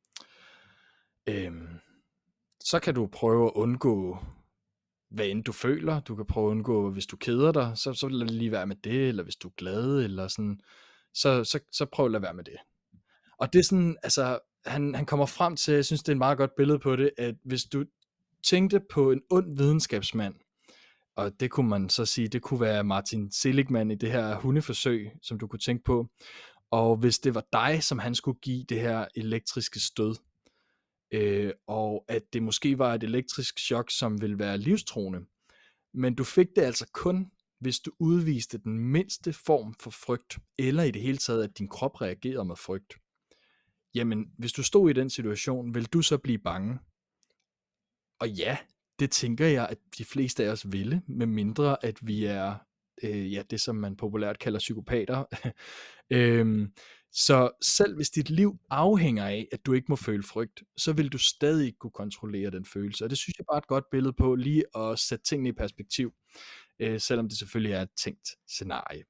Øhm, så kan du prøve at undgå, hvad end du føler. Du kan prøve at undgå, hvis du keder dig, så, så lad det lige være med det, eller hvis du er glad, eller sådan, så, så, så prøv at lade være med det. Og det er sådan, altså, han, han kommer frem til, jeg synes, det er et meget godt billede på det, at hvis du tænkte på en ond videnskabsmand, og det kunne man så sige, det kunne være Martin Seligman i det her hundeforsøg, som du kunne tænke på, og hvis det var dig, som han skulle give det her elektriske stød, øh, og at det måske var et elektrisk chok, som ville være livstruende, men du fik det altså kun, hvis du udviste den mindste form for frygt, eller i det hele taget, at din krop reagerede med frygt. Jamen, hvis du stod i den situation, vil du så blive bange? Og ja, det tænker jeg, at de fleste af os ville, med mindre at vi er, øh, ja, det som man populært kalder psykopater. øhm, så selv hvis dit liv afhænger af, at du ikke må føle frygt, så vil du stadig ikke kunne kontrollere den følelse. Og det synes jeg bare er et godt billede på, lige at sætte tingene i perspektiv, øh, selvom det selvfølgelig er et tænkt scenarie.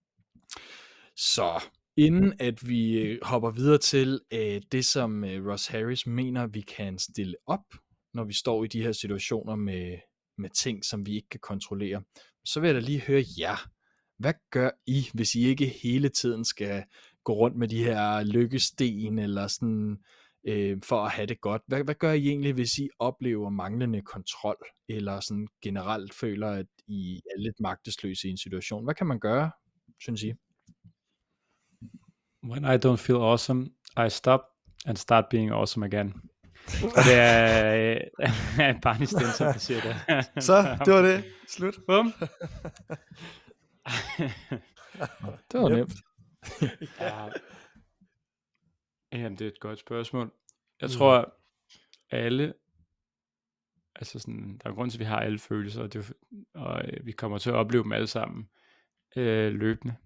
Så inden at vi hopper videre til øh, det, som øh, Russ Harris mener, vi kan stille op, når vi står i de her situationer med, med ting, som vi ikke kan kontrollere, så vil jeg da lige høre jer. Hvad gør I, hvis I ikke hele tiden skal gå rundt med de her lykkesten, eller sådan, øh, for at have det godt? Hvad, hvad gør I egentlig, hvis I oplever manglende kontrol, eller sådan generelt føler, at I er lidt magtesløse i en situation? Hvad kan man gøre, synes I? When I don't feel awesome, I stop and start being awesome again. Og det er øh, Barney Stinson, der siger det. Så, det var det. Slut. Bum. Det var Yep. nemt. Ja. Jamen, det er et godt spørgsmål. Jeg tror, alle, altså sådan, der er en grund til, at vi har alle følelser, og, det, og vi kommer til at opleve dem alle sammen øh, løbende.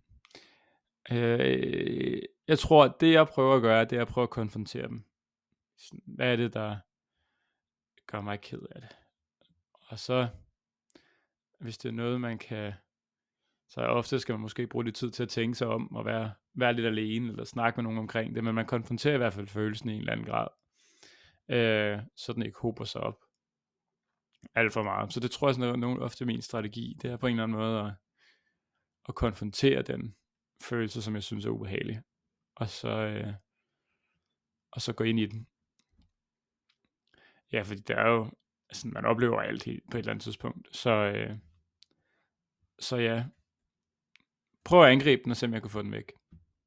Øh, jeg tror, at det jeg prøver at gøre, det er at prøve at konfrontere dem. Hvad er det, der gør mig ked af det? Og så, hvis det er noget, man kan, så ofte skal man måske bruge lidt tid til at tænke sig om, og være, være lidt alene, eller snakke med nogen omkring det, men man konfronterer i hvert fald følelsen i en eller anden grad, øh, så den ikke hober sig op alt for meget. Så det tror jeg sådan, at nogen ofte min strategi, det er på en eller anden måde at, at konfrontere den følelse, som jeg synes er ubehagelig, og så, øh, og så gå ind i den. Ja, fordi det er jo, altså man oplever alt på et eller andet tidspunkt, så, øh, så ja, prøv at angribe den, og se om jeg kan få den væk.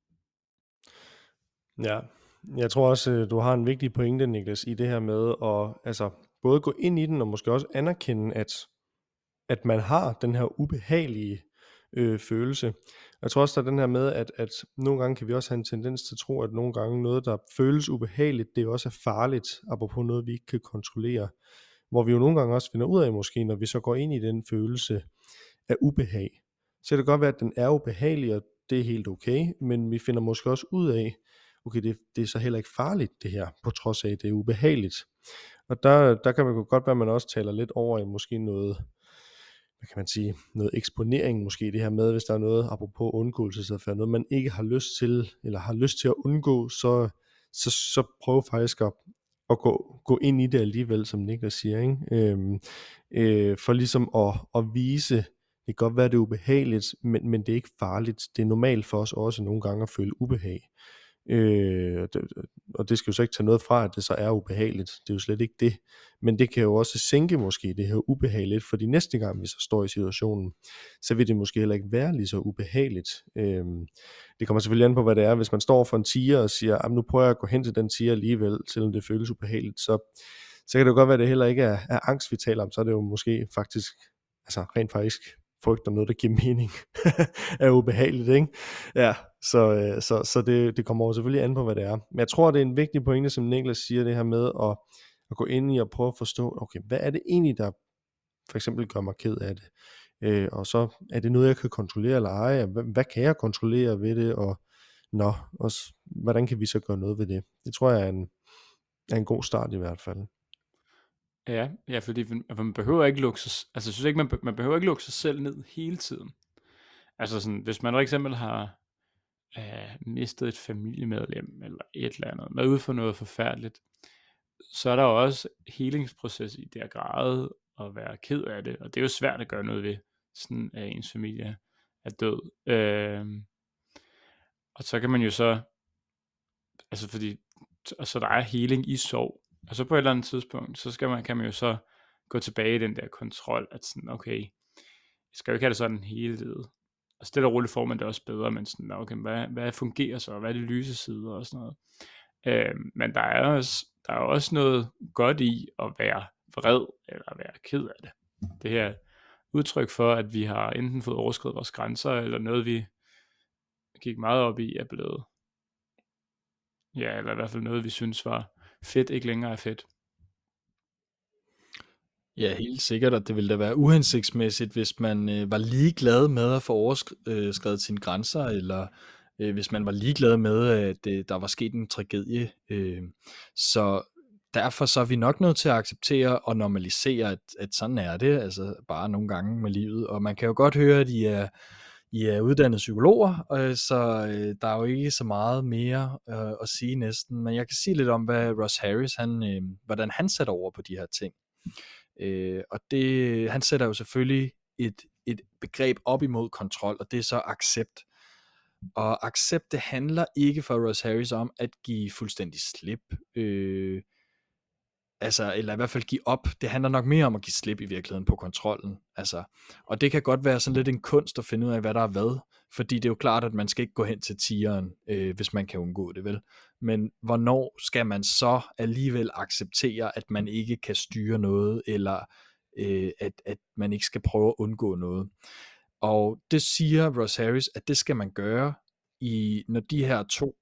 Ja, jeg tror også, du har en vigtig pointe, Niklas, i det her med at altså, både gå ind i den, og måske også anerkende, at, at man har den her ubehagelige øh, følelse. Jeg tror også, der er den her med, at, at nogle gange kan vi også have en tendens til at tro, at nogle gange noget, der føles ubehageligt, det også er farligt, apropos noget, vi ikke kan kontrollere. Hvor vi jo nogle gange også finder ud af, måske, når vi så går ind i den følelse af ubehag, så kan det godt være, at den er ubehagelig, og det er helt okay, men vi finder måske også ud af, okay, det, det er så heller ikke farligt det her, på trods af, at det er ubehageligt. Og der, der kan man godt være, at man også taler lidt over i måske noget, hvad kan man sige, noget eksponering måske, det her med, hvis der er noget, apropos undgåelsesadfærd, noget man ikke har lyst til, eller har lyst til at undgå, så, så, så prøv faktisk at, at gå, gå ind i det alligevel, som Niklas siger, ikke? Øhm, øh, for ligesom at, at vise, det kan godt være, det er ubehageligt, men, men det er ikke farligt. Det er normalt for os også nogle gange at føle ubehag. Øh, det, og det skal jo så ikke tage noget fra, at det så er ubehageligt. Det er jo slet ikke det. Men det kan jo også sænke måske det her ubehageligt, fordi næste gang vi så står i situationen, så vil det måske heller ikke være lige så ubehageligt. Øh, det kommer selvfølgelig an på, hvad det er. Hvis man står for en tiger og siger, nu prøver jeg at gå hen til den tiger alligevel, selvom det føles ubehageligt, så, så kan det jo godt være, at det heller ikke er, er angst, vi taler om. Så er det jo måske faktisk, altså rent faktisk frygt om noget, der giver mening, er ubehageligt, ikke? Ja, så, så, så det, det kommer jo selvfølgelig an på, hvad det er. Men jeg tror, det er en vigtig pointe, som Niklas siger, det her med at, at gå ind i og prøve at forstå, okay, hvad er det egentlig, der for eksempel gør mig ked af det? Øh, og så er det noget, jeg kan kontrollere eller ej? Hvad, hvad kan jeg kontrollere ved det? Og nå, og s- hvordan kan vi så gøre noget ved det? Det tror jeg er en, er en god start i hvert fald. Ja, ja, fordi man man behøver ikke lukke sig, altså jeg synes ikke, man, be- man behøver ikke lukke sig selv ned hele tiden. Altså sådan, hvis man for eksempel har øh, mistet et familiemedlem, eller et eller andet, været ude for noget forfærdeligt, så er der jo også helingsproces i det at græde og være ked af det, og det er jo svært at gøre noget ved, sådan at ens familie er død. Øh, og så kan man jo så, altså fordi, og så der er healing i sorg, og så på et eller andet tidspunkt, så skal man, kan man jo så gå tilbage i den der kontrol, at sådan, okay, jeg skal jo ikke have det sådan hele livet. Og stille og roligt får man det også bedre, men sådan, okay, hvad, hvad fungerer så, hvad er de lyse sider og sådan noget. Øh, men der er, også, der er også noget godt i at være vred, eller være ked af det. Det her udtryk for, at vi har enten fået overskredet vores grænser, eller noget vi gik meget op i, er blevet, ja, eller i hvert fald noget vi synes var fedt, ikke længere er fedt. Ja, helt sikkert, og det ville da være uhensigtsmæssigt, hvis man øh, var ligeglad med at få overskrevet sine grænser, eller øh, hvis man var ligeglad med, at øh, der var sket en tragedie. Øh, så derfor så er vi nok nødt til at acceptere og normalisere, at, at sådan er det, altså bare nogle gange med livet. Og man kan jo godt høre, at I er, I er uddannede psykologer, øh, så øh, der er jo ikke så meget mere øh, at sige næsten. Men jeg kan sige lidt om, hvad Russ Harris, han, øh, hvordan han sætter over på de her ting. Øh, og det, han sætter jo selvfølgelig et, et begreb op imod kontrol, og det er så accept. Og accept, det handler ikke for Russ Harris om at give fuldstændig slip, øh, altså, eller i hvert fald give op. Det handler nok mere om at give slip i virkeligheden på kontrollen. Altså, og det kan godt være sådan lidt en kunst at finde ud af, hvad der er hvad, fordi det er jo klart, at man skal ikke gå hen til tigeren, øh, hvis man kan undgå det, vel? Men hvornår skal man så alligevel acceptere, at man ikke kan styre noget, eller øh, at, at man ikke skal prøve at undgå noget? Og det siger Russ Harris, at det skal man gøre, i, når de her to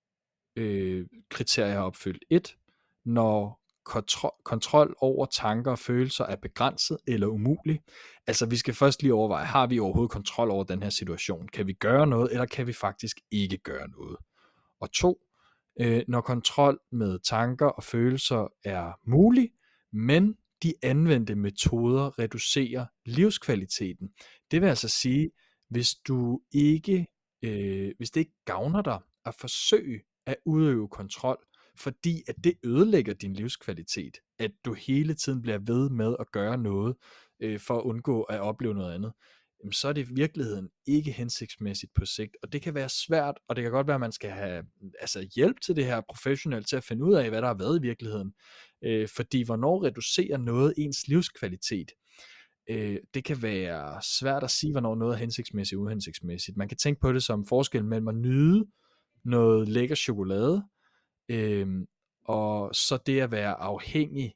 øh, kriterier er opfyldt. Et, når kontrol, kontrol over tanker og følelser er begrænset eller umulig. Altså vi skal først lige overveje, har vi overhovedet kontrol over den her situation? Kan vi gøre noget, eller kan vi faktisk ikke gøre noget? Og to, øh, når kontrol med tanker og følelser er mulig, men de anvendte metoder reducerer livskvaliteten. Det vil altså sige, hvis du ikke, øh, hvis det ikke gavner dig at forsøge at udøve kontrol, fordi at det ødelægger din livskvalitet, at du hele tiden bliver ved med at gøre noget øh, for at undgå at opleve noget andet, jamen, så er det i virkeligheden ikke hensigtsmæssigt på sigt, og det kan være svært, og det kan godt være, at man skal have altså, hjælp til det her professionelt til at finde ud af, hvad der har været i virkeligheden, øh, fordi hvornår reducerer noget ens livskvalitet? Øh, det kan være svært at sige, hvornår noget er hensigtsmæssigt og uhensigtsmæssigt. Man kan tænke på det som forskel mellem at nyde noget lækker chokolade, øh, og så det at være afhængig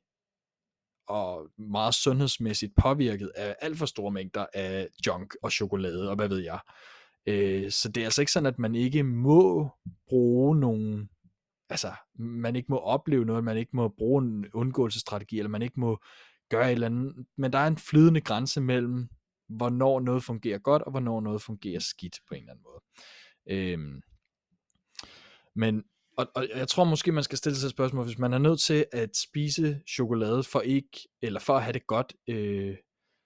og meget sundhedsmæssigt påvirket af alt for store mængder af junk og chokolade, og hvad ved jeg. Øh, så det er altså ikke sådan, at man ikke må bruge nogen, altså man ikke må opleve noget, man ikke må bruge en undgåelsesstrategi, eller man ikke må gøre et eller andet, men der er en flydende grænse mellem, hvornår noget fungerer godt, og hvornår noget fungerer skidt på en eller anden måde. Øh, men Og, og jeg tror måske, man skal stille sig et spørgsmål, hvis man er nødt til at spise chokolade for ikke, eller for at have det godt, øh,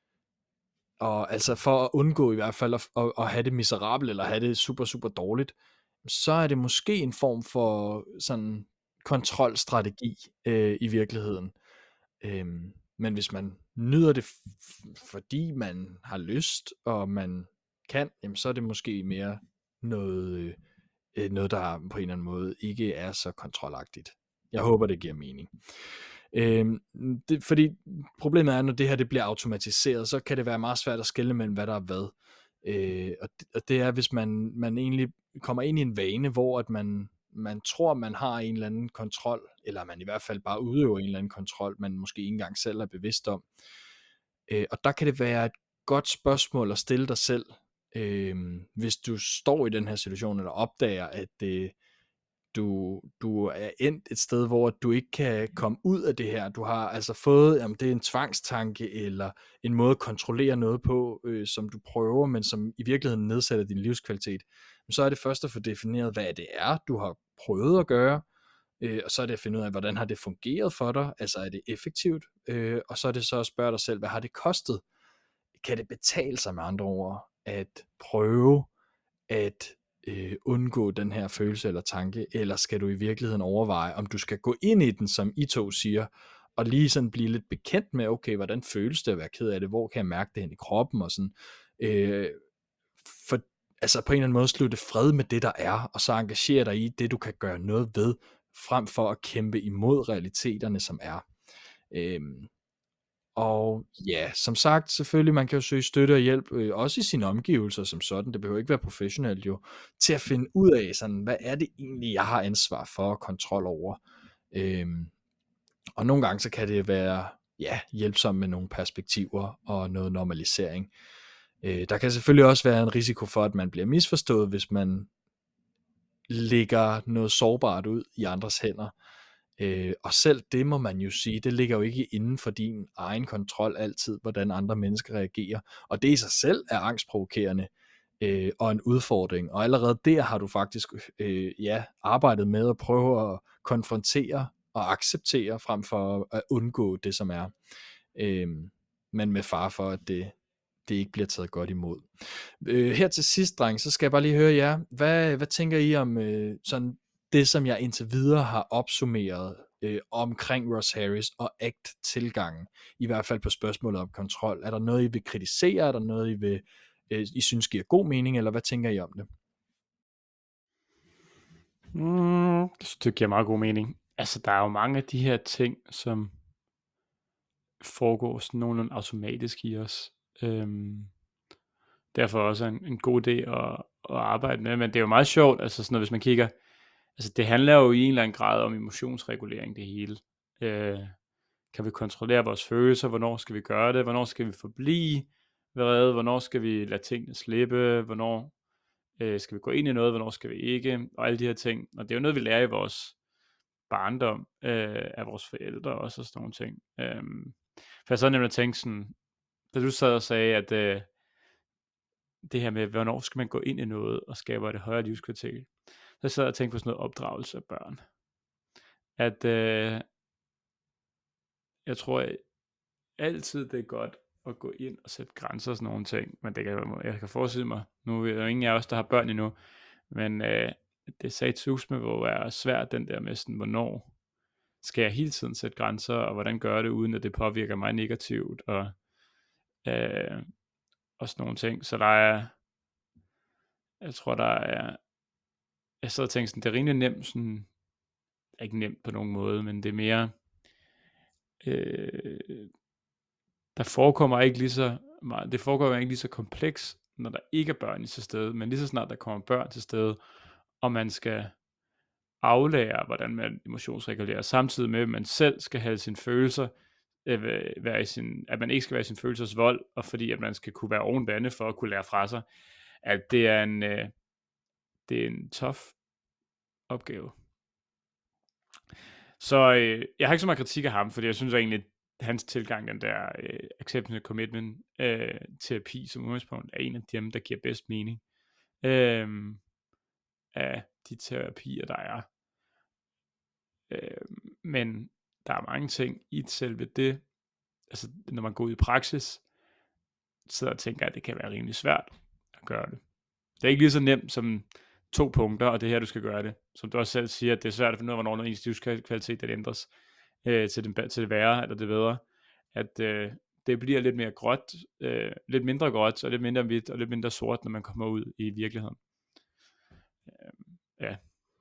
og altså for at undgå i hvert fald at, at, at have det miserabelt, eller have det super, super dårligt, så er det måske en form for sådan kontrolstrategi øh, i virkeligheden. Øhm, men hvis man nyder det, f- fordi man har lyst, og man kan, jamen, så er det måske mere noget... Øh, øh, noget, der på en eller anden måde ikke er så kontrolagtigt. Jeg håber, det giver mening. Øhm, det, fordi problemet er, når det her det bliver automatiseret, så kan det være meget svært at skelne mellem, hvad der er hvad. Øh, og, det, og det er, hvis man, man egentlig kommer ind i en vane, hvor at man, man tror, man har en eller anden kontrol, eller man i hvert fald bare udøver en eller anden kontrol, man måske ikke engang selv er bevidst om. Øh, og der kan det være et godt spørgsmål at stille dig selv, Øh, hvis du står i den her situation, eller opdager, at, øh, du, du er endt et sted, hvor du ikke kan komme ud af det her. Du har altså fået, om det er en tvangstanke, eller en måde at kontrollere noget på, øh, som du prøver, men som i virkeligheden nedsætter din livskvalitet. Men så er det først at få defineret, hvad det er, du har prøvet at gøre, øh, og så er det at finde ud af, hvordan har det fungeret for dig, altså er det effektivt, øh, og så er det så at spørge dig selv, hvad har det kostet? Kan det betale sig med andre ord, at prøve at øh, undgå den her følelse eller tanke, eller skal du i virkeligheden overveje, om du skal gå ind i den, som I to siger, og lige sådan blive lidt bekendt med, okay, hvordan føles det at være ked af det, hvor kan jeg mærke det hen i kroppen, og sådan, øh, for, altså på en eller anden måde slutte fred med det, der er, og så engagere dig i det, du kan gøre noget ved, frem for at kæmpe imod realiteterne, som er. Øh, Og ja, som sagt, selvfølgelig, man kan jo søge støtte og hjælp, øh, også i sine omgivelser som sådan, det behøver ikke være professionelt jo, til at finde ud af, sådan, hvad er det egentlig, jeg har ansvar for og kontrol over. Øhm, og nogle gange, så kan det være, ja, hjælpsomt med nogle perspektiver og noget normalisering. Øh, der kan selvfølgelig også være en risiko for, at man bliver misforstået, hvis man lægger noget sårbart ud i andres hænder. Øh, og selv det må man jo sige, det ligger jo ikke inden for din egen kontrol altid, hvordan andre mennesker reagerer. Og det i sig selv er angstprovokerende øh, og en udfordring. Og allerede der har du faktisk øh, ja, arbejdet med at prøve at konfrontere og acceptere, frem for at undgå det, som er. Øh, men med fare for, at det, det ikke bliver taget godt imod. Øh, her til sidst, dreng, så skal jeg bare lige høre jer. Hvad, hvad tænker I om øh, sådan det, som jeg indtil videre har opsummeret øh, omkring Russ Harris og A C T-tilgangen, i hvert fald på spørgsmålet om kontrol? Er der noget, I vil kritisere? Er der noget, I, vil, øh, I synes giver god mening? Eller hvad tænker I om det? Mm, det synes jeg giver meget god mening. Altså, der er jo mange af de her ting, som foregår sådan nogenlunde automatisk i os. Øhm, derfor også en, en god idé at, at arbejde med. Men det er jo meget sjovt, altså sådan noget, hvis man kigger, altså det handler jo i en eller anden grad om emotionsregulering, det hele. Øh, kan vi kontrollere vores følelser? Hvornår skal vi gøre det? Hvornår skal vi forblive vrede? Hvornår skal vi lade tingene slippe? Hvornår øh, skal vi gå ind i noget? Hvornår skal vi ikke? Og alle de her ting. Og det er jo noget, vi lærer i vores barndom øh, af vores forældre også, og sådan nogle ting. Øh, for jeg så nemlig tænkte sådan, da du sad og sagde, at øh, det her med, hvornår skal man gå ind i noget og skabe det højere livskvalitet, så sad jeg og tænkte på sådan noget opdragelse af børn. At øh, jeg tror at altid, det er godt at gå ind og sætte grænser og sådan nogle ting, men det kan, jeg kan forestille mig, nu er der ingen af os, der har børn endnu, men øh, det sagde tus med, hvor er svært den der med sådan, hvornår skal jeg hele tiden sætte grænser, og hvordan gør jeg det, uden at det påvirker mig negativt, og, øh, og sådan nogle ting. Så der er, jeg tror, der er, jeg sad og tænkte sådan, det er rimelig nemt, sådan, ikke nemt på nogen måde, men det er mere, øh, der forekommer ikke lige så meget, det forekommer ikke lige så kompleks, når der ikke er børn i til stede, men lige så snart der kommer børn til stede, og man skal aflære, hvordan man emotionsregulerer, samtidig med, at man selv skal have sine følelser, øh, være i sin, at man ikke skal være i sin følelsers vold, og fordi at man skal kunne være oven vande for at kunne lære fra sig, at det er en, øh, det er en tough opgave. Så øh, jeg har ikke så meget kritik af ham, fordi jeg synes egentlig, at hans tilgang, den der øh, acceptance commitment øh, terapi som udgangspunkt, er en af dem, der giver bedst mening øh, af de terapier, der er. Øh, men der er mange ting i selve det, altså når man går ud i praksis, så tænker jeg, at det kan være rimelig svært at gøre det. Det er ikke lige så nemt som to punkter, og det er her, du skal gøre det. Som du også selv siger, at det er svært at finde ud af, hvornår noget ens livskvalitet der ændres øh, til, det, til det værre eller det bedre. At øh, det bliver lidt mere gråt, øh, lidt mindre gråt, og lidt mindre hvidt, og lidt mindre sort, når man kommer ud i virkeligheden. Øh, ja.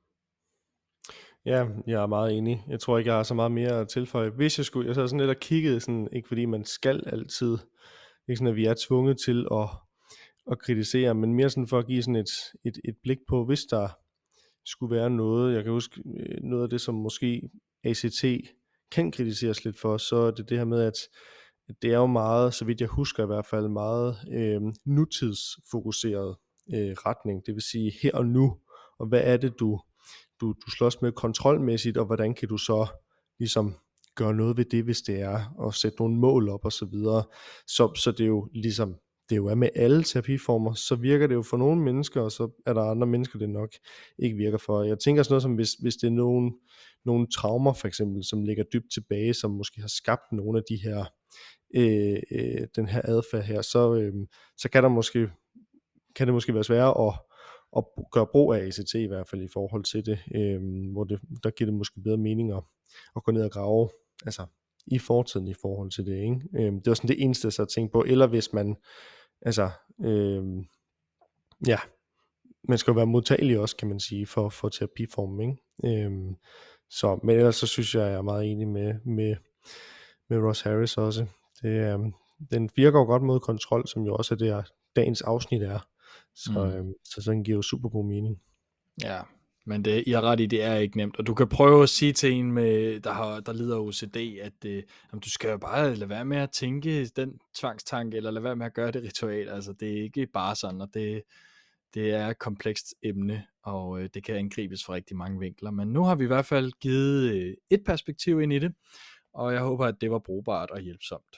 Ja, jeg er meget enig. Jeg tror ikke, jeg har så meget mere at tilføje. Hvis jeg skulle, jeg sad sådan lidt og kiggede, sådan, ikke fordi man skal altid, ikke sådan, at vi er tvunget til at, at kritisere, men mere sådan for at give sådan et, et, et blik på, hvis der skulle være noget. Jeg kan huske noget af det, som måske A C T kan kritiseres lidt for, så er det det her med, at, at det er jo meget, så vidt jeg husker i hvert fald, meget øh, nutidsfokuseret øh, retning. Det vil sige her og nu, og hvad er det, du du, du slås med kontrolmæssigt, og hvordan kan du så ligesom gøre noget ved det, hvis det er, og sætte nogle mål op og så videre. Så, så det er jo ligesom, det jo er med alle terapiformer, så virker det jo for nogle mennesker, og så er der andre mennesker, det nok ikke virker for. Jeg tænker sådan noget som, hvis, hvis det er nogle, nogle traumer for eksempel, som ligger dybt tilbage, som måske har skabt nogle af de her, øh, øh, den her adfærd her, så, øh, så kan der måske, kan det måske være sværere at, at gøre brug af A C T i hvert fald i forhold til det, øh, hvor det, der giver det måske bedre mening at, at gå ned og grave, altså i fortiden i forhold til det, ikke? Øh, det var sådan det eneste, jeg tænkte på, eller hvis man, altså, øh, ja, man skal jo være modtagelig også, kan man sige, for, for terapiformen, ikke? Øh, så, men ellers så synes jeg, jeg er meget enig med, med, med Russ Harris også. Det, øh, den virker jo godt mod kontrol, som jo også er det, dagens afsnit er. Så, mm. øh, så, så den giver jo super god mening. Ja, men det, I har ret i, det er ikke nemt. Og du kan prøve at sige til en, med, der, har, der lider af O C D, at øh, jamen, du skal jo bare lade være med at tænke den tvangstanke, eller lade være med at gøre det ritual. Altså, det er ikke bare sådan, og det, det er et komplekst emne, og øh, det kan angribes fra rigtig mange vinkler. Men nu har vi i hvert fald givet øh, et perspektiv ind i det, og jeg håber, at det var brugbart og hjælpsomt.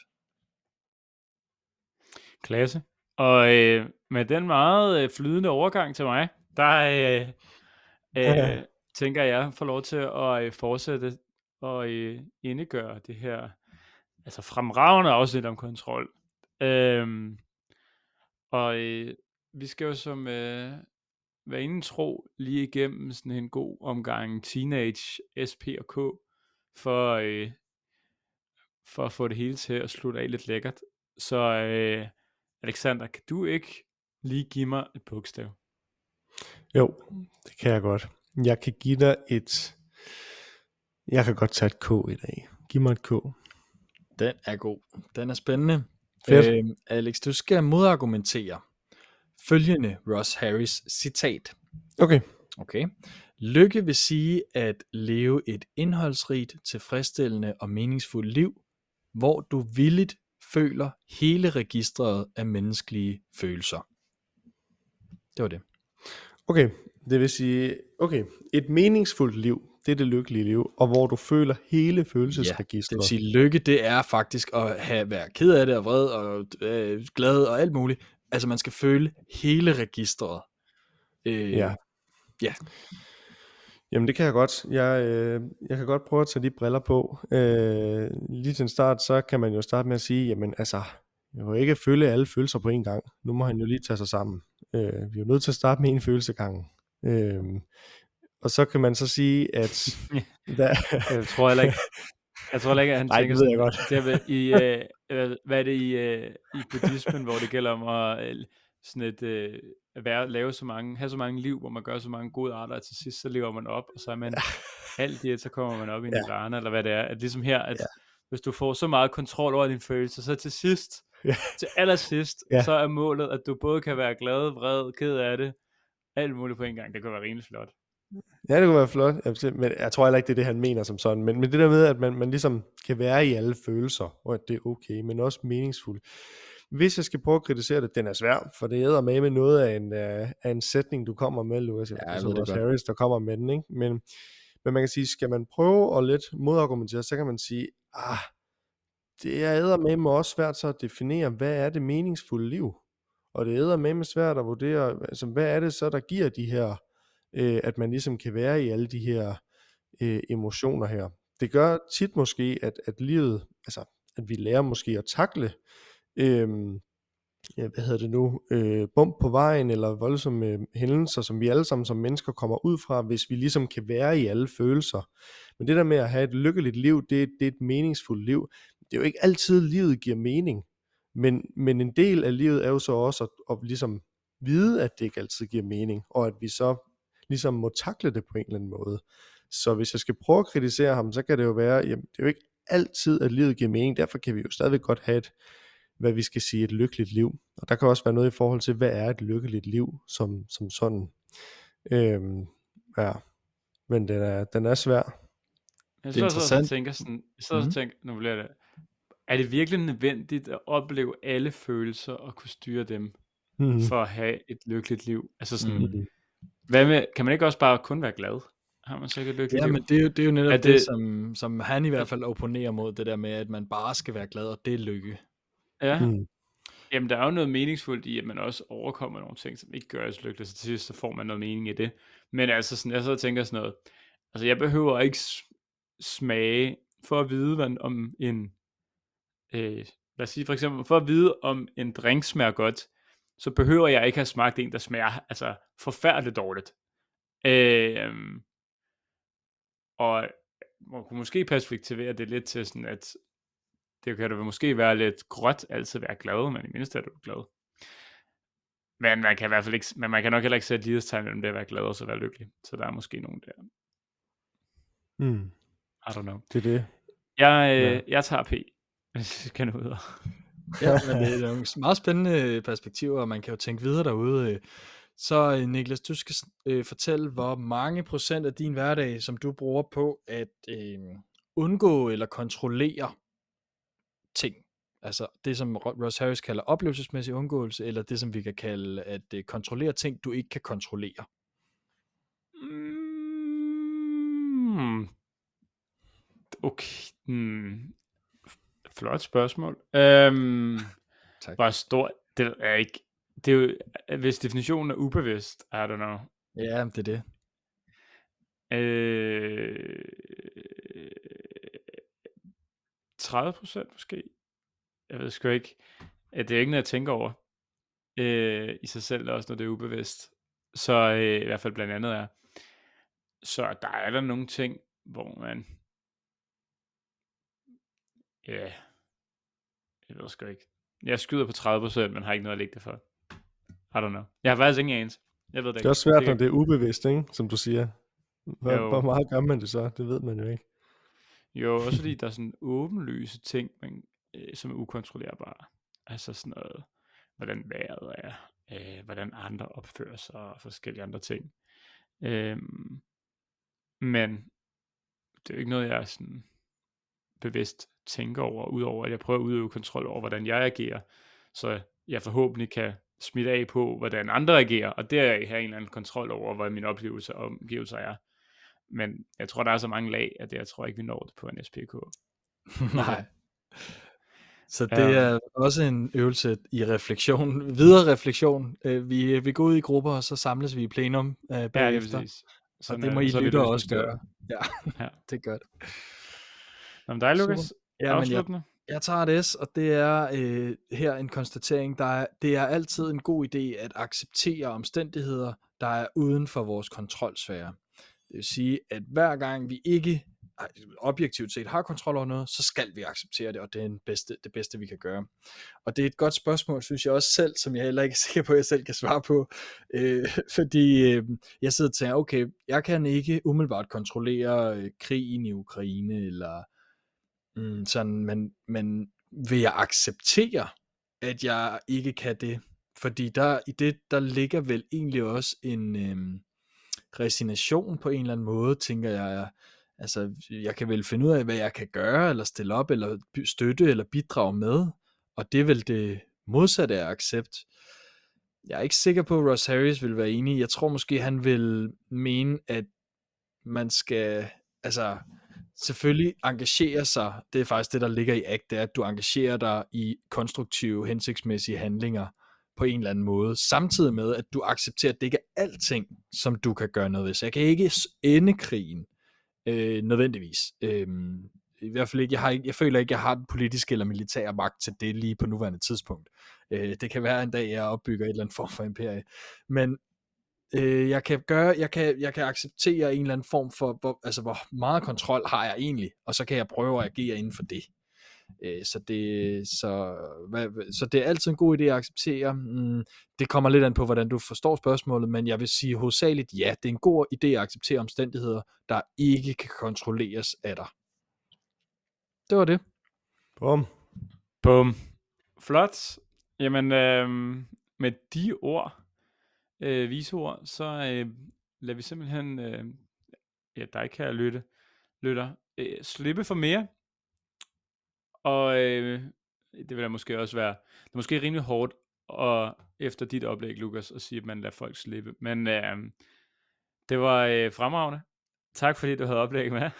Klasse. Og øh, med den meget øh, flydende overgang til mig, der øh, øh, tænker jeg får lov til at øh, fortsætte og øh, indegøre det her altså fremragende afsnit om kontrol. Øhm, og øh, vi skal jo som øh, hver inden tro lige igennem sådan en god omgang teenage S P og K for, øh, for at få det hele til at slutte af lidt lækkert. Så øh, Alexander, kan du ikke lige give mig et bogstav? Jo, det kan jeg godt. Jeg kan give dig et, jeg kan godt tage et K i dag. Giv mig et K. Den er god. Den er spændende. Fedt. Øh, Alex, du skal modargumentere følgende Russ Harris citat. Okay. Okay. Lykke vil sige at leve et indholdsrigt, tilfredsstillende og meningsfuldt liv, hvor du villigt føler hele registret af menneskelige følelser. Det var det. Okay, det vil sige, okay, et meningsfuldt liv, det er det lykkelige liv, og hvor du føler hele følelsesregistret. Ja, det vil sige, lykke, det er faktisk at have, være ked af det og vred og øh, glad og alt muligt. Altså, man skal føle hele registret. Øh, ja. Ja. Jamen det kan jeg godt. Jeg, øh, jeg kan godt prøve at tage de briller på. Øh, lige til en start, så kan man jo starte med at sige, jamen altså, jeg må ikke føle alle følelser på en gang. Nu må han jo lige tage sig sammen. Øh, vi er jo nødt til at starte med en følelse gangen. Øh, og så kan man så sige, at... der... jeg tror heller ikke, jeg tror heller ikke, at han Nej, tænker det ved jeg godt. Det er, i, øh, hvad er det i, øh, i buddhismen, hvor det gælder om at øh, sådan et, øh, at være, lave så mange, have så mange liv, hvor man gør så mange gode arter, og til sidst så lever man op, og så er man alt i et, så kommer man op i en ja. nirvana, eller hvad det er. At ligesom her, at ja. hvis du får så meget kontrol over dine følelser, så til sidst, ja. til allersidst, ja. så er målet, at du både kan være glad, vred, ked af det, alt muligt på en gang. Det kan være rimelig flot. Ja, det kunne være flot, men jeg tror heller ikke, det er det, han mener som sådan. Men, men det der med, at man, man ligesom kan være i alle følelser, og at det er okay, men også meningsfuldt. Hvis jeg skal prøve at kritisere det, den er svær, for det æder med med noget af en, uh, af en sætning, du kommer med, Lukas. Ja, jeg altså, ved det Russ godt. Harris, der kommer med den, ikke? Men, men man kan sige, skal man prøve at lidt modargumentere, så kan man sige, ah, det er æder med med også svært så at definere, hvad er det meningsfulde liv? Og det æder med med svært at vurdere, altså, hvad er det så, der giver de her, øh, at man ligesom kan være i alle de her øh, emotioner her. Det gør tit måske, at, at livet, altså at vi lærer måske at takle, øh, ja, hvad hedder det nu, øh, bump på vejen, eller voldsomme hændelser, som vi alle sammen som mennesker kommer ud fra, hvis vi ligesom kan være i alle følelser. Men det der med at have et lykkeligt liv, det, det er et meningsfuldt liv. Det er jo ikke altid, livet giver mening, men, men en del af livet er jo så også at, at ligesom vide, at det ikke altid giver mening, og at vi så ligesom må takle det på en eller anden måde. Så hvis jeg skal prøve at kritisere ham, så kan det jo være, jamen det er jo ikke altid, at livet giver mening, derfor kan vi jo stadigvæk godt have et, hvad vi skal sige, et lykkeligt liv. Og der kan også være noget i forhold til, hvad er et lykkeligt liv som, som sådan. Øhm, ja, men den er, den er svær. Jeg Det er så også interessant. tænker sådan, jeg så også Mhm. tænker, nu bliver det, er det virkelig nødvendigt at opleve alle følelser og kunne styre dem Mm-hmm. for at have et lykkeligt liv? Altså sådan, Mm. hvad med, kan man ikke også bare kun være glad? har man sikkert lykkeligt Ja, liv. men det er jo, det er jo netop Er det, det det- som, som han i hvert fald opponerer mod, det der med, at man bare skal være glad, og det er lykke. Ja, Mm. jamen der er jo noget meningsfuldt i, at man også overkommer nogle ting, som ikke gør os lykkelige, så til sidst så får man noget mening i det. Men altså sådan, jeg så tænker sådan noget, altså jeg behøver ikke s- smage, for at vide, hvad, om en, øh, lad os sige for eksempel, for at vide, om en drink smager godt, så behøver jeg ikke have smagt en, der smager altså forfærdeligt dårligt. Øh, og man kunne måske perspektivere det lidt til sådan, at det kan da måske være lidt gråt altid være glad, men i mindste er du glad. Men man kan i hvert fald ikke, men man kan nok heller ikke sætte lighedstegn mellem det at være glad og så være lykkelig. Så der er måske nogen der. Mm. I don't know. Det er det. Jeg, øh, Ja. jeg tager P, hvis jeg kan nå videre. Ja, men det er nogle meget spændende perspektiver, og man kan jo tænke videre derude. Så øh, Niklas, du skal øh, fortælle, hvor mange procent af din hverdag, som du bruger på at øh, undgå eller kontrollere ting. Altså det, som Russ Harris kalder oplevelsesmæssig undgåelse, eller det, som vi kan kalde at øh, kontrollere ting, du ikke kan kontrollere. Mm. Okay. Mm. Flot spørgsmål. Øhm, Tak. Hvor stor, det er ikke, det er jo, hvis definitionen er ubevidst, I don't know. Ja, det er det. Øh, tredive procent måske. Jeg ved sgu ikke. Det er ikke noget, jeg tænker over øh, i sig selv, også når det er ubevidst. Så øh, i hvert fald blandt andet er. Så der er der nogle ting, hvor man, ja, yeah, jeg ved sgu ikke. Jeg skyder på tredive procent, men har ikke noget at lægge det for. I don't know. Jeg har faktisk ingen anelse. Jeg ved det ikke. Det er også svært, når det er ubevidst, ikke? Som du siger. Hvor, Jo. hvor meget gør man det så? Det ved man jo ikke. Jo, også fordi der er sådan åbenlyse ting, man, øh, som er ukontrollerbare. Altså sådan noget, hvordan vejret er, øh, hvordan andre opfører sig og forskellige andre ting. Øhm, men det er jo ikke noget, jeg er sådan bevidst tænker over, udover at jeg prøver at udøve kontrol over, hvordan jeg agerer, så jeg forhåbentlig kan smitte af på, hvordan andre agerer, og deraf have en eller anden kontrol over, hvad mine oplevelser og omgivelser er. Men jeg tror, der er så mange lag, at jeg tror ikke, vi når det på en S P K. Nej. Så det Ja. er også en øvelse i refleksion, videre refleksion. Øh, Vi, vi går ud i grupper, og så samles vi i plenum øh, Ja, det er bagefter. præcis. Og Sådan det er må I Så er vi lytter også løsningsorienteret. gøre. Ja, Ja. det er godt. Nå, men dig, Super. Lukas. Ja, men jeg, Afsluttende. jeg tager et S, og det er øh, her en konstatering. Der er, det er altid en god idé at acceptere omstændigheder, der er uden for vores kontrolsfære. Det vil sige, at hver gang vi ikke objektivt set har kontrol over noget, så skal vi acceptere det, og det er den bedste, det bedste, vi kan gøre. Og det er et godt spørgsmål, synes jeg også selv, som jeg heller ikke er sikker på, at jeg selv kan svare på, øh, fordi øh, jeg sidder og tænker, okay, jeg kan ikke umiddelbart kontrollere øh, krigen i Ukraine, eller mm, sådan, men, men vil jeg acceptere, at jeg ikke kan det? Fordi der, i det, der ligger vel egentlig også en øh, resignation på en eller anden måde, tænker jeg. Altså, jeg kan vel finde ud af, hvad jeg kan gøre, eller stille op, eller støtte, eller bidrage med, og det er vel det modsatte af accept. Jeg er ikke sikker på, at Russ Harris vil være enig. Jeg tror måske, han vil mene, at man skal, altså, selvfølgelig engagere sig. Det er faktisk det, der ligger i A C T, det er, at du engagerer dig i konstruktive, hensigtsmæssige handlinger på en eller anden måde, samtidig med, at du accepterer, at det ikke er alting, som du kan gøre noget ved. Så jeg kan ikke ende krigen, øh, nødvendigvis. Øh, I hvert fald ikke, jeg, har ikke, jeg føler ikke, jeg har den politiske eller militære magt til det lige på nuværende tidspunkt. Øh, det kan være en dag, jeg opbygger et eller andet form for imperie. Men øh, jeg kan gøre, jeg kan, jeg kan acceptere en eller anden form for, hvor, altså hvor meget kontrol har jeg egentlig, og så kan jeg prøve at agere inden for det. Øh, så det, så, hvad, så det er altid en god idé at acceptere. Mm, det kommer lidt an på, hvordan du forstår spørgsmålet, men jeg vil sige hovedsageligt, ja, det er en god idé at acceptere omstændigheder, der ikke kan kontrolleres af dig. Det var det. Bum. Bum. Flot. Jamen, øh, med de ord, øh, vise ord, så øh, lader vi simpelthen, øh, ja, dig kan jeg lytte, lytter, øh, slippe for mere. Og øh, det vil da måske også være, det er måske rimelig hårdt, og efter dit oplæg, Lukas, at sige, at man lader folk slippe. Men øh, det var øh, fremragende. Tak fordi du havde oplæg med.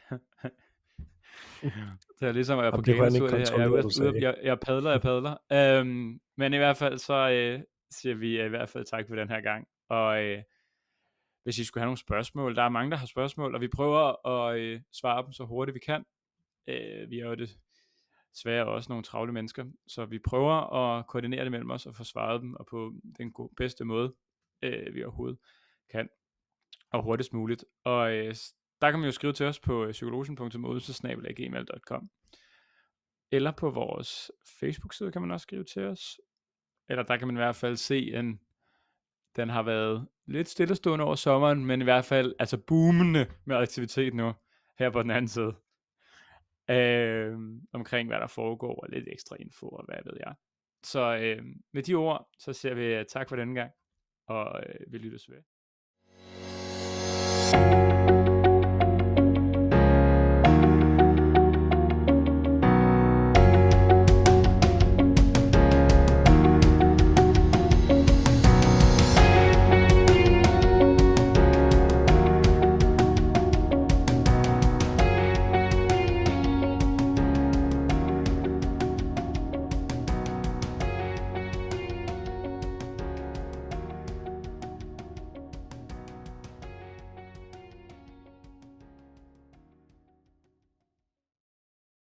Det er ligesom at jeg er på Jamen, det kunne han ikke gametur det her. Jeg, er kontrollere, ude, du ude, sagde. jeg, jeg padler, jeg padler. Øhm, men i hvert fald så øh, siger vi øh, i hvert fald tak for den her gang. Og øh, hvis I skulle have nogle spørgsmål, der er mange, der har spørgsmål, og vi prøver at øh, svare dem så hurtigt vi kan. Øh, vi er jo det svære også nogle travle mennesker, så vi prøver at koordinere det mellem os og få svaret dem, og på den gode, bedste måde, øh, vi overhovedet kan, og hurtigst muligt. Og øh, der kan man jo skrive til os på psykologen punktum odense snabel-a gmail punktum com, eller på vores Facebook-side kan man også skrive til os, eller der kan man i hvert fald se en, den har været lidt stillestående over sommeren, men i hvert fald altså boomende med aktivitet nu, her på den anden side. Øh, omkring hvad der foregår, og lidt ekstra info, og hvad ved jeg. Så øh, med de ord, så siger vi tak for denne gang, og øh, vi lyttes ved.